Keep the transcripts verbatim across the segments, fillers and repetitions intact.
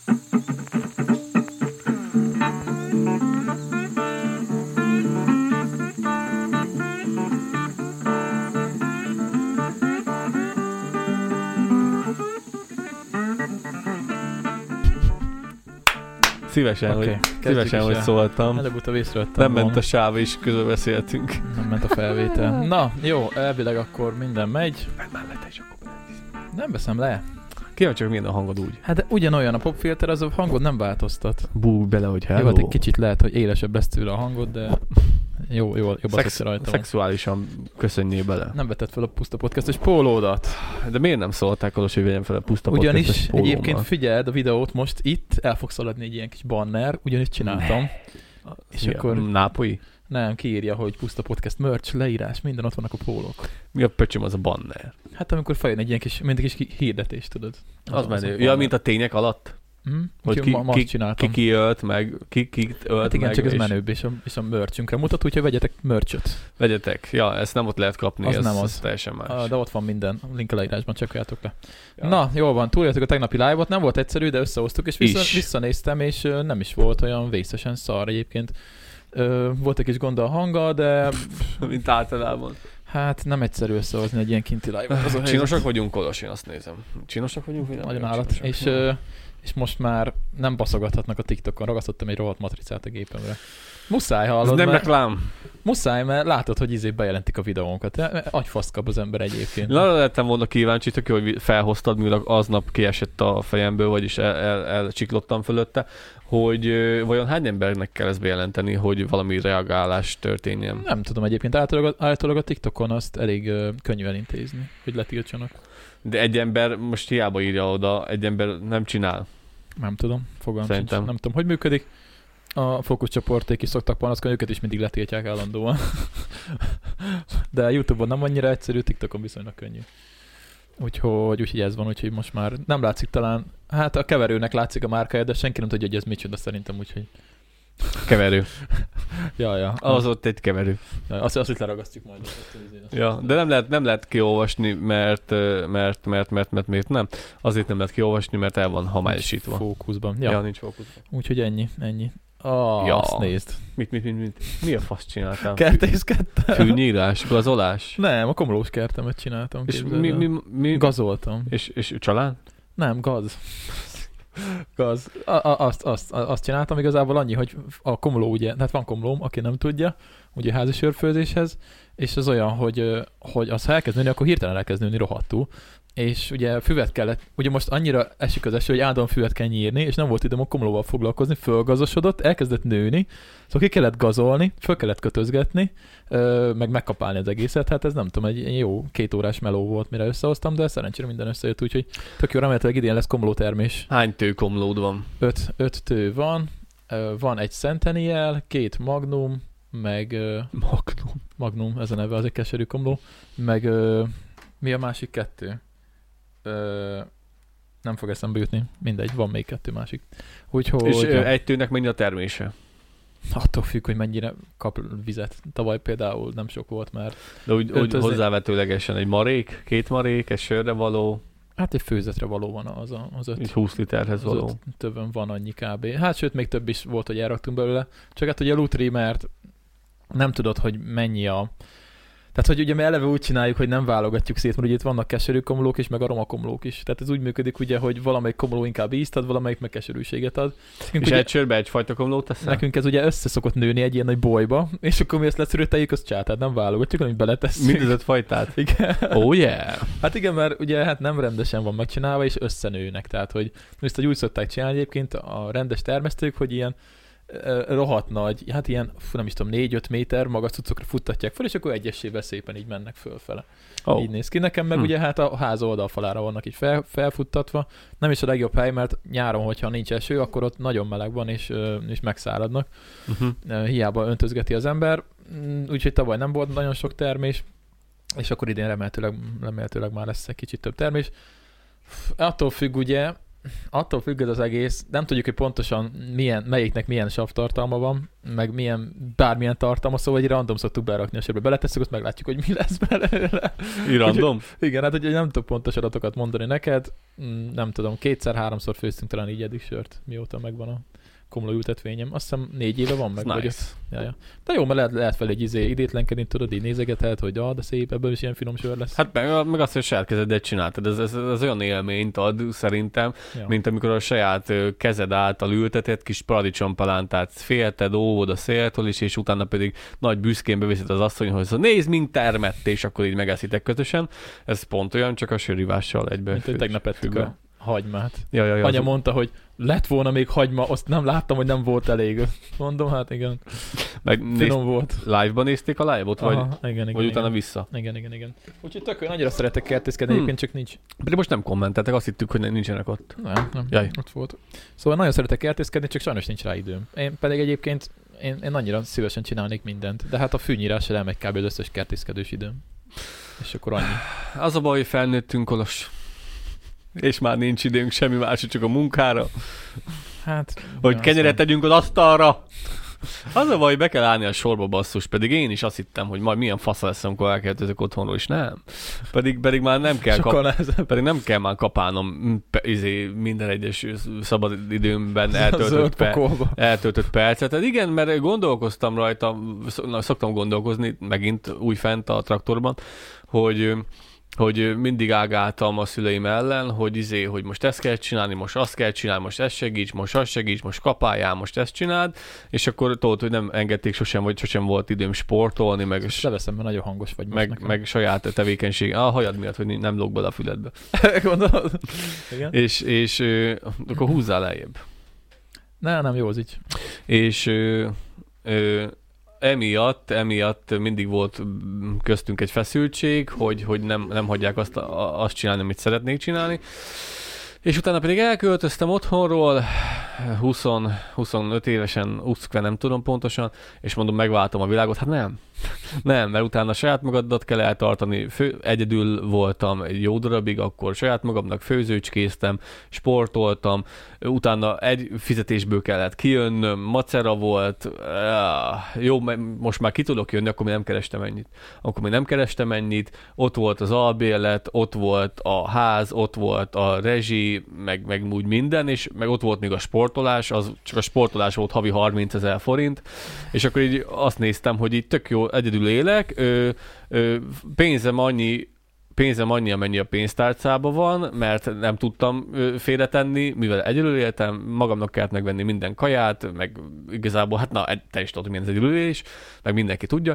Szívesen, okay, hogy, szívesen hogy szóltam. Előbb-utóbb észrevettem. Nem ment a sáv, és közben beszéltünk. Nem ment a felvétel. Na, jó, elvileg akkor minden megy. Már le te is akkor. Nem veszem le. Kíváncsi, hogy milyen a hangod úgy. Hát de ugyanolyan a popfilter, az a hangod nem változtat. Búj bele, hogy hello. Jó, hát egy kicsit lehet, hogy élesebb lesz tőle a hangod, de jó, jó, jobb Szex, az, hogy rajta szexuálisan köszönjél bele. Nem vetted fel a Puszta Podcast-es pólódat. De miért nem szólták Kolos, hogy vegyem fel a Puszta Podcast-es ugyanis pólómat? Egyébként figyeld a videót most itt, el fog szaladni egy ilyen kis banner, ugyanis csináltam. Ne. És mi akkor... Nápolyi? Nem, kiírja, hogy Puszta Podcast merch, leírás, minden ott vannak a pólók. Mi a pöcsöm az a banner? Hát amikor feljön egy ilyen kis, mint egy kis hirdetés, tudod. Az, az menő. Ja, mint a tények alatt? Mm, hogy ki, ma, ki, ki, ki ölt meg, ki, ki ölt hát igen, meg, csak ez menőbb, és a, és a merchünkre mutat, úgyhogy vegyetek merchöt. Vegyetek. Ja, ezt nem ott lehet kapni, az ez, nem az. Ez teljesen más. A, de ott van minden, a link a leírásban, csekkoljátok le. Ja. Na, jól van, túléltük a tegnapi live-ot, nem volt egyszerű, de összehoztuk, és vissza, visszanéztem, és uh, nem is volt olyan vészesen szar egyébként. Uh, volt egy kis gond a hanga, de... mint általában. Hát nem egyszerű összehozni egy ilyen kinti live-ot. Csinosak vagyunk, Kolos, én azt nézem. Csinosak vagyunk? Nagyon állat. És... Uh, és most már nem baszogathatnak a TikTokon. Ragasztottam egy rohadt matricát a gépemre. Muszáj, hallod. Ez nem mert... reklám. Muszáj, mert látod, hogy izé bejelentik a videónkat. Agyfaszt kap az ember egyébként. Na, lettem volna kíváncsi, tök jó, hogy felhoztad, mivel aznap kiesett a fejemből, vagyis el, el, elcsiklottam fölötte, hogy ö, vajon hány embernek kell ezt bejelenteni, hogy valami reagálás történjen? Nem tudom egyébként. Általában, általában a TikTokon azt elég ö, könnyű elintézni, hogy letiltsanak. De egy ember most hiába írja oda, egy ember nem csinál. Nem tudom, fogalmam sincs. Nem tudom, hogy működik. A fókuszcsoporték is szoktak panaszkodni, őket is mindig letiltják állandóan. De YouTube-on nem annyira egyszerű, TikTokon viszonylag könnyű. Úgyhogy, úgyhogy ez van, úgyhogy most már nem látszik talán, hát a keverőnek látszik a márkája, de senki nem tudja, hogy ez micsoda szerintem, úgyhogy... Keverő. ja, ja. Az ott egy keverő. Ja, azt, azt, hogy leragasztjuk majd. Azt, azt ja, de nem lehet, nem lehet kiolvasni, mert, mert, mert, mert, mert, mert nem. Azért nem lehet kiolvasni, mert el van hamályosítva. Fókuszban. Ja. ja, nincs fókuszban. Úgyhogy ennyi, ennyi. Ah, ja. Azt nézd. Mit, mit, mit, mit? Mi a fasz csináltál? Kertészkedtem. Fűnyírás, gazolás? Nem, a komlós kertemet csináltam. És mi, mi, mi? Gazoltam. És, és család? Nem, gaz. Gaz. A, a, azt, azt, azt csináltam igazából annyi, hogy a komló ugye, tehát van komlóm, aki nem tudja, ugye házi sörfőzéshez, és az olyan, hogy, hogy az ha elkezd nőni, akkor hirtelen elkezd nőni rohadtul. És ugye füvet kellett, ugye most annyira esik az eső, hogy állandóan füvet kell nyírni, és nem volt időm a komlóval foglalkozni, fölgazosodott, elkezdett nőni, szóval ki kellett gazolni, föl kellett kötözgetni, meg megkapálni az egészet, hát ez nem tudom, egy jó két órás meló volt, mire összehoztam, de szerencsére minden összejött, úgyhogy tök jó, remélhetőleg idén lesz komlótermés. Hány tőkomlód van? Öt, öt tő van, van egy Centennial, két Magnum, meg... Magnum? Magnum, ez a neve, az egy keserű komló, meg mi a másik kettő? Ö, nem fog eszembe jutni. Mindegy, van még kettő másik. Úgyhogy... És ö, egy tőnek mennyi a termése? Attól függ, hogy mennyire kap vizet. Tavaly például nem sok volt, mert... De úgy, úgy hozzávetőlegesen egy marék, két marék, egy sörre való... Hát egy főzetre való van az a, az öt. Így húsz literhez való. Az öt többen van annyi kb. Hát sőt, még több is volt, hogy elraktunk belőle. Csak hát ugye a Lutri, mert nem tudod, hogy mennyi a... Tehát, hogy ugye mi eleve úgy csináljuk, hogy nem válogatjuk szét, mert ugye itt vannak keserű komlók is, meg aromakomlók is. Tehát ez úgy működik, ugye, hogy valamelyik komló inkább ízt ad, valamelyik meg keserűséget ad. Nekünk és ugye, egy sörbe egyfajta komlót teszel? Nekünk ez ugye össze szokott nőni egy ilyen nagy bolyba, és akkor mi ezt leszűröteljük, azt csátát nem válogatjuk, hanem beletesszük. Mindezet fajtát? Igen. Oh yeah! Hát igen, mert ugye hát nem rendesen van megcsinálva, és összenőnek. Tehát, hogy ezt úgy szokták csinálni egyébként a rendes termesztők, hogy ilyen rohadt nagy, hát ilyen, fú, nem is tudom, négy-öt méter magas cuccokra futtatják fel, és akkor egyesével szépen így mennek fölfele. Oh. Így néz ki. Nekem meg hm. ugye hát a ház oldalfalára vannak így fel, felfuttatva. Nem is a legjobb hely, mert nyáron, hogyha nincs eső, akkor ott nagyon meleg van, és, és megszáradnak. Uh-huh. Hiába öntözgeti az ember. Úgyhogy tavaly nem volt nagyon sok termés, és akkor idén remélhetőleg, remélhetőleg már lesz egy kicsit több termés. Attól függ ugye, attól függ ez az egész, nem tudjuk, hogy pontosan milyen, melyiknek milyen savtartalma van, meg milyen, bármilyen tartalma, szóval egy random szoktuk berakni a sörbe. Beletesszük, azt meglátjuk, hogy mi lesz belőle. Random? Igen, hát ugye nem tudok pontos adatokat mondani neked, nem tudom, kétszer-háromszor főztünk talán így eddig sört, mióta megvan a komló ültetvényem. Azt hiszem négy éve van meg. Nice. Vagy ja, ja. De jó, mert lehet, lehet fel egy izé idétlenkedni, tudod, így nézegeted, hogy ah, de szép, ebből is ilyen finom sör lesz. Hát meg, meg azt, hogy saját kezedet csináltad, ez, ez, ez olyan élményt ad szerintem, ja. mint amikor a saját kezed által ültetett kis paradicsompalántát félted, óvod a széltől is, és utána pedig nagy büszkén beviszed az asszonyhoz, hogy nézd, mint termett, és akkor így megeszitek közösen. Ez pont olyan, csak a sörrivással egybe. Mint hogy tegnap ettük a hagymát. Ja, ja, ja, Anya az... mondta, hogy lett volna még hagyma, azt nem láttam, hogy nem volt elég. Mondom, hát igen. Meg Finom nézd... volt. Live-ban nézték a live-ot, vagy, Aha, igen, igen, vagy igen. utána vissza? Igen, igen, igen. Úgyhogy tök olyan, annyira szeretek kertészkedni, Hmm. egyébként csak nincs. Pedig most nem kommenteltek, azt hittük, hogy nincsenek ott. Nem, nem, Jaj. ott volt. Szóval nagyon szeretek kertészkedni, csak sajnos nincs rá időm. Én pedig egyébként, én, én annyira szívesen csinálnék mindent, de hát a fűnyírásra elmegy kb. Az összes kertészkedős időm. És akkor annyi. Az a baj, hogy felnőttünk, Kolos. És már nincs időnk semmi másra, csak a munkára. Hát... Hogy ja, kenyeret aztán... tegyünk az asztalra. Az a baj, hogy be kell állni a sorba, basszus, pedig én is azt hittem, hogy majd milyen fasz lesz, amikor elköltözök otthonról, és nem. Pedig, pedig már nem kell, kap... pedig nem kell már kapálnom izé, minden egyes szabad időmben eltöltött, pe... eltöltött percet. Tehát igen, mert gondolkoztam rajta, szoktam gondolkozni megint újfent a traktorban, hogy... hogy mindig ágáltam a szüleim ellen, hogy izé, hogy most ezt kell csinálni, most azt kell csinálni, most ezt segíts, most azt segíts, most kapáljál, most ezt csináld, és akkor tudod, hogy nem engedték sosem, vagy sosem volt időm sportolni, meg, leveszem, mert nagyon hangos vagy meg, meg saját tevékenység. A hajad miatt, hogy nem lóg bele a füledbe. Gondolod? Igen? És, és ö, akkor húzzál lejjebb. Ne, nem jó az így. És ö, ö, Emiatt, emiatt mindig volt köztünk egy feszültség, hogy, hogy nem, nem hagyják azt, azt csinálni, amit szeretnék csinálni. És utána pedig elköltöztem otthonról, húsz, huszonöt évesen, uszkve nem tudom pontosan, és mondom, megváltom a világot. Hát nem. Nem, mert utána saját magadat kell eltartani. Fő, egyedül voltam egy jó darabig, akkor saját magamnak főzőcskéztem, sportoltam, utána egy fizetésből kellett kijönnöm, macera volt, jó, most már ki tudok jönni, akkor még nem kerestem ennyit. Akkor még nem kerestem ennyit, ott volt az albérlet, ott volt a ház, ott volt a rezsi, meg, meg úgy minden, és meg ott volt még a sportolás, az csak a sportolás volt havi harmincezer forint, és akkor így azt néztem, hogy így tök jó, egyedül élek, ö, ö, pénzem annyi, pénzem annyi, amennyi a pénztárcában van, mert nem tudtam ö, félretenni, mivel egyedül éltem, magamnak kellett megvenni minden kaját, meg igazából, hát na, te is tudod, milyen az egyedülélés, meg mindenki tudja,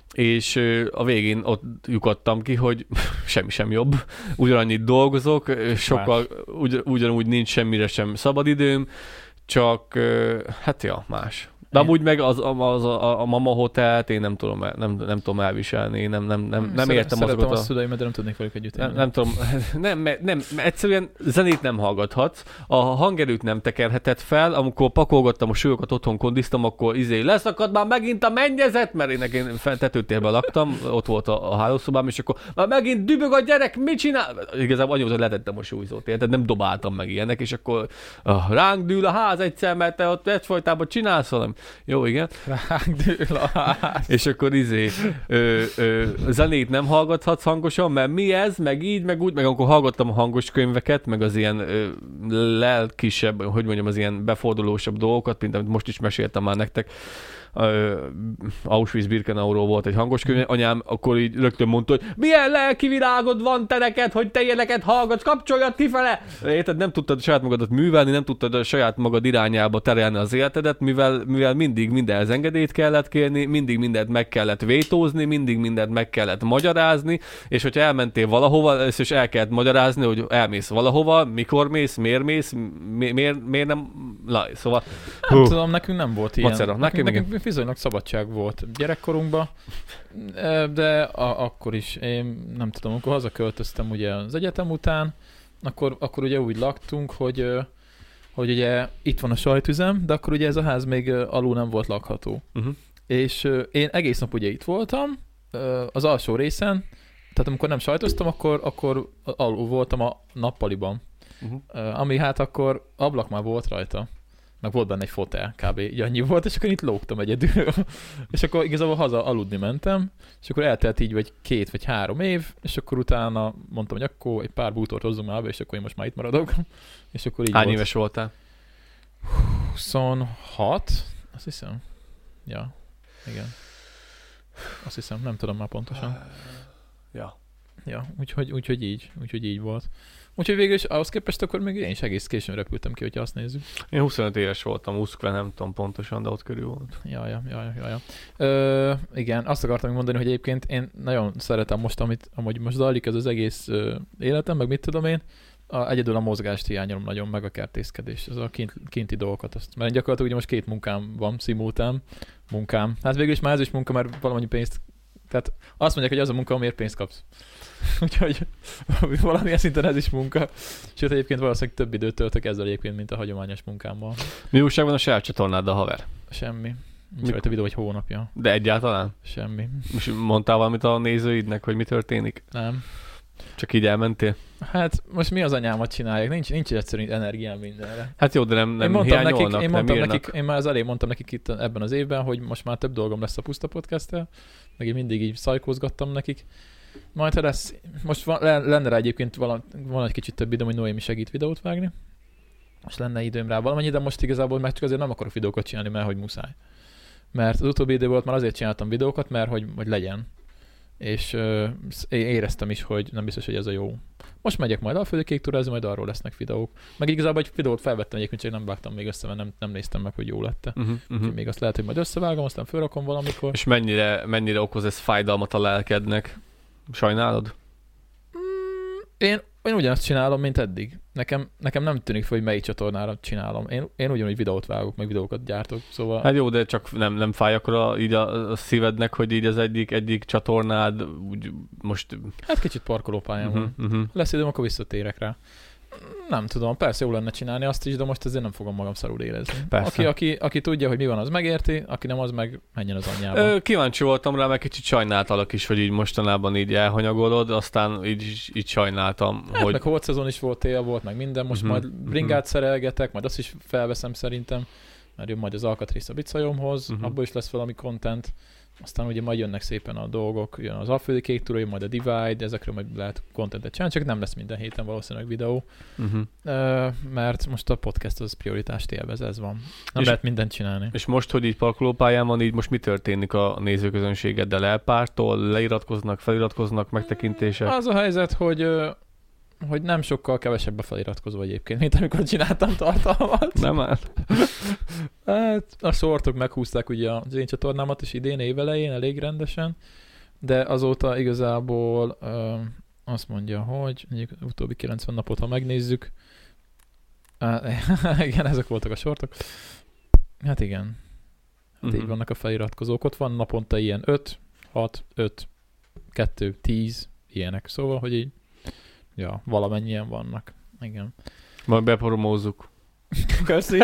és ö, a végén ott lyukadtam ki, hogy semmi sem jobb, ugyanannyit dolgozok, sokkal, ugy, ugyanúgy nincs semmire sem szabadidőm, csak ö, hát ja, más. De amúgy meg az, az a, a Mama Hotelt én nem tudom, el, nem, nem tudom elviselni, nem, nem, nem, nem értem Szeretem azokat a... a szüleimet, de nem tudnék velük együtt nem, nem tudom, nem, nem, nem, egyszerűen zenét nem hallgathatsz, a hangerőt nem tekerheted fel, amikor pakolgattam a súlyokat, otthon kondiztam, akkor izé, leszakad már megint a mennyezet, mert én, én tetőtérben laktam, ott volt a, a hálószobám, és akkor már megint dübög a gyerek, mit csinál? Igazából annyi volt, hogy letettem a súlyzót, érted? Nem dobáltam meg ilyenek, és akkor uh, ránk dől a ház egyszer, mert te ott egyfolytában csinálsz valami. Jó, igen. Ránk dől a ház. És akkor izé, ö, ö, zenét nem hallgathatsz hangosan, mert mi ez, meg így, meg úgy, meg akkor hallgattam a hangos könyveket, meg az ilyen ö, lelkisebb, hogy mondjam, az ilyen befordulósabb dolgokat, mint amit most is meséltem már nektek. Uh, Auschwitz-Birkenauról volt egy hangos könyv, anyám akkor így rögtön mondta, hogy milyen lelki világod van te neked, hogy te ilyeneket hallgatsz, kapcsoljad kifele! Érted, nem tudtad saját magadat művelni, nem tudtad a saját magad irányába terelni az életedet, mivel, mivel mindig mindenhez engedélyt kellett kérni, mindig mindent meg kellett vétózni, mindig mindent meg kellett magyarázni, és hogyha elmentél valahova, és el kellett magyarázni, hogy elmész valahova, mikor mész, miért mész, mi, miért, miért nem... Na, szóval... Nem tudom, nekünk nem volt ilyen. Macera. Nekünk, nekünk bizonylag szabadság volt gyerekkorunkban, de a, akkor is, én nem tudom, amikor hazaköltöztem ugye az egyetem után, akkor, akkor ugye úgy laktunk, hogy, hogy ugye itt van a sajtüzem, de akkor ugye ez a ház még alul nem volt lakható. Uh-huh. És én egész nap ugye itt voltam, az alsó részen, tehát amikor nem sajtoztam, akkor, akkor alul voltam a nappaliban. Uh-huh. Uh, ami hát akkor ablak már volt rajta, meg volt benne egy fotel, kb. Így annyi volt, és akkor itt lógtam egyedül. És akkor igazából haza aludni mentem, és akkor eltelt így vagy két vagy három év, és akkor utána mondtam, hogy akkor egy pár bútort hozzunk már be, és akkor én most már itt maradok. És akkor így Hány volt. éves voltál? huszonhat, azt hiszem. Ja, igen. Azt hiszem, nem tudom már pontosan. Ja. Ja, úgyhogy, úgyhogy így, úgyhogy így volt. Úgyhogy végül is ahhoz képest akkor még én is egész későn repültem ki, hogyha azt nézzük. Én huszonöt éves voltam, Uszkve, nem tudom pontosan, de ott körül volt. Ja, ja, ja, ja, ja. Ö, igen, azt akartam mondani, hogy egyébként én nagyon szeretem most, amit amúgy most zajlik ez az egész ö, életem, meg mit tudom én, a, egyedül a mozgást hiányolom nagyon, meg a kertészkedés, ez a kint, kinti dolgokat. Azt, mert gyakorlatilag ugye most két munkám van, szimultán munkám. Hát végül is már ez is munka, mert valamennyi pénzt, tehát azt mondják, hogy az a munka, amiért pénzt kapsz. Úgyhogy valamilyen szinten ez is munka. Sőt, egyébként valószínűleg több időt töltök ezzel egyébként, mint a hagyományos munkámmal. Mi újság van a saját csatornáddal, haver? Semmi. Nincs rajta videó egy hónapja. De egyáltalán? Semmi. És mondtál valamit a nézőidnek, hogy mi történik? Nem. Csak így elmentél? Hát most mi az anyámat csinálják? Nincs, nincs egyszerűen energiám mindenre. Hát jó, de nem, nem én hiányolnak, nekik, én nem mondtam írnak. nekik, én már az elején mondtam nekik itt ebben az évben, hogy most már több dolgom lesz a Puszta Podcast-tel, meg én mindig így szajkózgattam nekik. Majd ha lesz, most van, lenne rá egyébként vala, van egy kicsit több időm, hogy Noémi segít videót vágni. Most lenne időm rá valamennyi, de most igazából meg csak azért nem akarok videókat csinálni, mert hogy muszáj. Mert az utóbbi idő volt, már azért csináltam videókat, mert hogy, hogy legyen. És uh, éreztem is, hogy nem biztos, hogy ez a jó. Most megyek majd Alföldi Kék túrázni, majd arról lesznek videók. Meg igazából egy videót felvettem egyébként, csak nem vágtam még össze, mert nem, nem néztem meg, hogy jó lett-e. Uh-huh, uh-huh. Még azt lehet, hogy majd összevágom, aztán felrakom valamikor. És mennyire, mennyire okoz ez fájdalmat a lelkednek? Sajnálod? Mm, én, én ugyanazt csinálom, mint eddig. Nekem, nekem nem tűnik fel, hogy melyik csatornára csinálom. Én, én ugyanúgy videót vágok, meg videókat gyártok, szóval... Hát jó, de csak nem, nem fáj akkor a, így a, a szívednek, hogy így az egyik, egyik csatornád úgy most... Hát kicsit parkolópályán uh-huh, van. uh-huh. Lesz időm, akkor visszatérek rá. Nem tudom, persze jó lenne csinálni azt is, de most ezért nem fogom magam szarul érezni. Aki, aki, aki tudja, hogy mi van, az megérti, aki nem, az meg menjen az anyjába. Ö, kíváncsi voltam rá, meg kicsit sajnáltalak is, hogy így mostanában így elhanyagolod, aztán így, így sajnáltam, hát hogy... meg holt szezon is volt, tél volt, meg minden, most uh-huh, majd bringát uh-huh. szerelgetek, majd azt is felveszem szerintem, mert jön majd az alkatrész a bicajomhoz, uh-huh. abból is lesz valami content. Aztán ugye majd jönnek szépen a dolgok, jön az Alföldi Kék túra, jön majd a Divide, ezekről majd lehet contentet csinálni, csak nem lesz minden héten valószínűleg videó, uh-huh. mert most a podcast az prioritást élvez, ez van. Nem és, lehet mindent csinálni. És most, hogy így parkolópályán van, így most mi történik a nézőközönségeddel? Elpártól, leiratkoznak, feliratkoznak, megtekintések? Az a helyzet, hogy hogy nem sokkal kevesebb a feliratkozó egyébként, mint amikor csináltam tartalmat. Nem áll. Hát a sortok meghúzták ugye az én csatornámat is idén évelején elég rendesen, de azóta igazából ö, azt mondja, hogy mondjuk utóbbi kilencven napot, ha megnézzük, á, igen, ezek voltak a sortok. Hát igen. Hát uh-huh. így vannak a feliratkozók. Ott van naponta ilyen öt, hat, öt, kettő, tíz ilyenek. Szóval, hogy így ja, valamennyien vannak. Igen. Majd bepromózzuk. Köszi.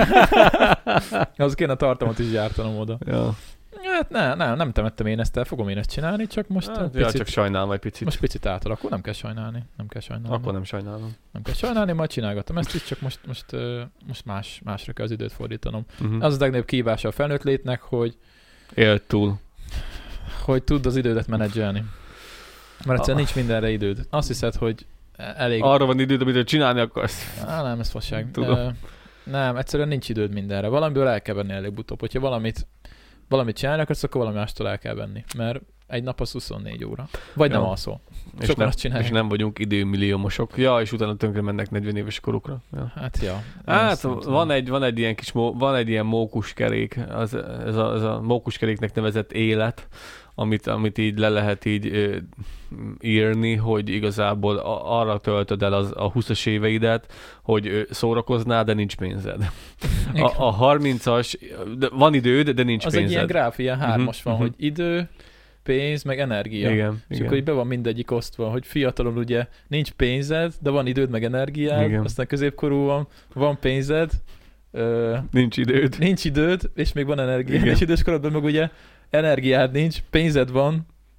Az kéne a tartalmat is gyártanom oda. Ja. Hát ne, ne, nem temettem én ezt el, fogom én ezt csinálni, csak most hát, picit, ja, csak sajnálom egy picit. Most picit átalakul, nem kell sajnálni, nem kell sajnálni. Akkor nem sajnálom. Nem kell sajnálni, majd csinálgatom ezt is, csak most, most, most más, másra kell az időt fordítanom. Uh-huh. Az az legnagyobb kihívása a felnőtt létnek, hogy élt túl. Hogy tudd az idődet menedzselni. Mert egyszerűen nincs mindenre időd. Azt hiszed, hogy elég... Arra van időd, amit csinálni akarsz. Á, nem, ez fasság. Tudom. Uh, nem, egyszerűen nincs időd mindenre. Valamiből el kell venni előbb-utóbb. Hogyha valamit, valamit csinálni akarsz, akkor valami mástól el kell venni. Mert egy nap az huszonnégy óra. Vagy ja. nem alszol. És Sokan nem, azt csinálják. és nem vagyunk időmilliómosok. Ja, és utána tönkre mennek negyven éves korukra. Ja. Hát ja. Hát van egy, van egy ilyen kis, van egy ilyen mókuskerék, az, ez, a, ez a mókuskeréknek nevezett élet, amit, amit így le lehet így ö, írni, hogy igazából a, arra töltöd el az, a húszas éveidet, hogy ö, szórakoznál, de nincs pénzed. A, a harmincas, de van időd, de nincs az pénzed. Az egy ilyen gráfia hármas uh-huh, van, uh-huh. hogy idő, pénz, meg energia. Igen, és igen. akkor így be van mindegyik osztva, hogy fiatalon ugye nincs pénzed, de van időd, meg energiád, igen. Aztán középkorúan van pénzed, ö, nincs időd. Nincs időd, és még van energiád, és időskorodban meg ugye energiád nincs, pénzed van,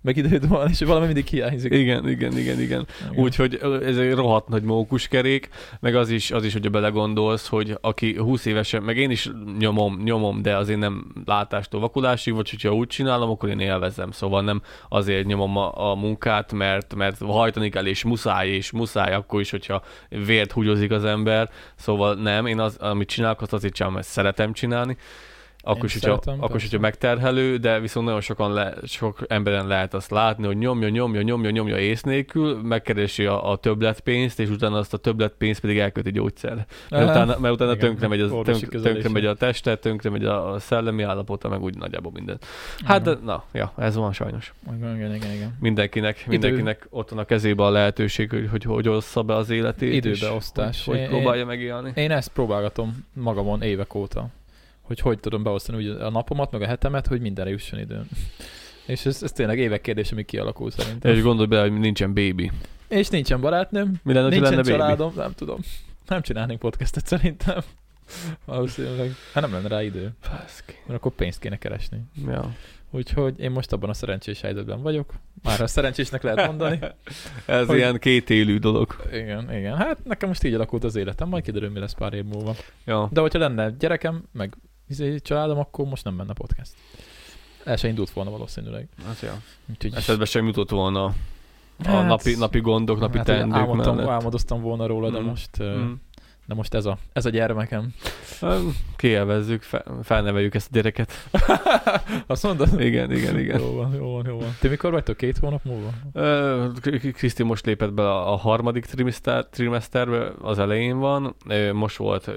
meg időd van, és valami mindig hiányzik. Igen, igen, igen, igen. Igen. Úgyhogy ez egy rohadt nagy mókuskerék, meg az is, az is, hogyha belegondolsz, hogy aki húsz évesen, meg én is nyomom, nyomom, de azért nem látástól vakulásig, vagy hogyha úgy csinálom, akkor én élvezem. Szóval nem azért nyomom a, a munkát, mert, mert hajtani kell, és muszáj, és muszáj akkor is, hogyha vért húgyozik az ember. Szóval nem, én az, amit csinálok, azt azért csinálom, mert szeretem csinálni. Akkor is, hogyha, akkor is, hogyha megterhelő, de viszont nagyon sokan le, sok emberen lehet azt látni, hogy nyomja, nyomja, nyomja, nyomja ész nélkül, megkeresi a, a többletpénzt, és utána azt a többletpénzt pedig elköti gyógyszerre. Mert utána, mert utána tönkre, megy az, tönk, tönkre megy a testet, tönkre megy a szellemi állapota, meg úgy nagyjából minden. Hát, de, na, ja, ez van sajnos. Igen, igen, igen, igen. Mindenkinek, mindenkinek ott van a kezében a lehetőség, hogy hogy, hogy ossza be az életét. Időbeosztás. Hogy, hogy próbálja én, megélni. Én ezt próbálgatom magamon évek óta. Hogy hogy tudom beosztani úgy a napomat, meg a hetemet, hogy mindenre jusson időn. És ez, ez tényleg évek kérdés, ami kialakul szerintem. És gondolj bele, hogy nincsen baby. És nincsen barátnőm, Mi lenne, nincsen lenne családom, baby? Nem tudom. Nem csinálnék podcastet szerintem. Valószínűleg. Hát nem lenne rá idő. Faszki. Mert akkor pénzt kéne keresni. Ja. Úgyhogy én most abban a szerencsés helyzetben vagyok. Már a szerencsésnek lehet mondani. Ez hogy... ilyen kétélű dolog. Igen, igen. Hát nekem most így alakult az életem, majd kiderül, mi lesz pár év múlva. Ja. De hogyha lenne gyerekem, meg izé családom, akkor most nem menne podcast. El se indult volna valószínűleg. Hát ja. Úgyhogy... Esetben sem jutott volna a hát, napi, napi gondok, napi hát, teendők álmodtam, mellett. álmodoztam volna róla, de mm. most... Mm. De most ez a, ez a gyermekem. Kielvezzük, fel, felneveljük ezt a gyereket. Azt mondod? Igen, igen, igen. Jó van, jó van, jó van. Ti mikor vagytok? Két hónap múlva? Kriszti most lépett be a, a harmadik trimester, trimesterbe, az elején van. Most volt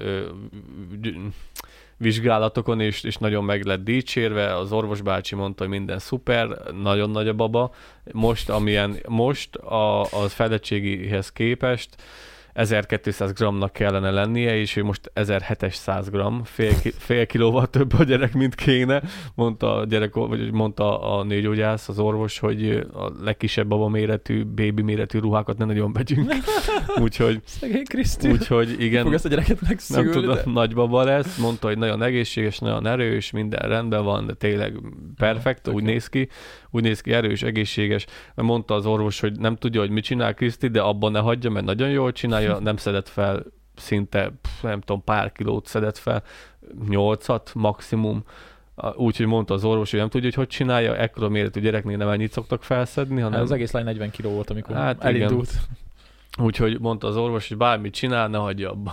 vizsgálatokon, és, és nagyon meg lett dicsérve. Az orvosbácsi mondta, hogy minden szuper, nagyon nagy a baba. Most, amilyen most a, a fejlettségihez képest ezerkétszáz grammnak kellene lennie, és ő most ezerhétszáz gramm, fél, fél kilóval több a gyerek, mint kéne, mondta a gyerek, vagy mondta a nőgyógyász, az orvos, hogy a legkisebb baba méretű, baby méretű ruhákat ne nagyon vegyünk. Úgyhogy, szegény Kriszti. Úgyhogy igen. Fog ezt a gyereket megszülni, nem tudom, de... nagy baba lesz, mondta, hogy nagyon egészséges, nagyon erős, minden rendben van, de tényleg perfekt, úgy néz ki. Úgy néz ki, erős, egészséges. Mondta az orvos, hogy nem tudja, hogy mit csinál Kriszti, de abban ne hagyja, mert nagyon jól csinálja, nem szedett fel szinte, nem tudom, pár kilót szedett fel, nyolcat maximum. Úgyhogy mondta az orvos, hogy nem tudja, hogy hogy csinálja, ekkora méretű gyereknél nem ennyit szoktak felszedni, hanem... Hát az egész lány negyven kiló volt, amikor hát elindult. Igen. Úgyhogy mondta az orvos, hogy bármit csinál, ne hagyja abba.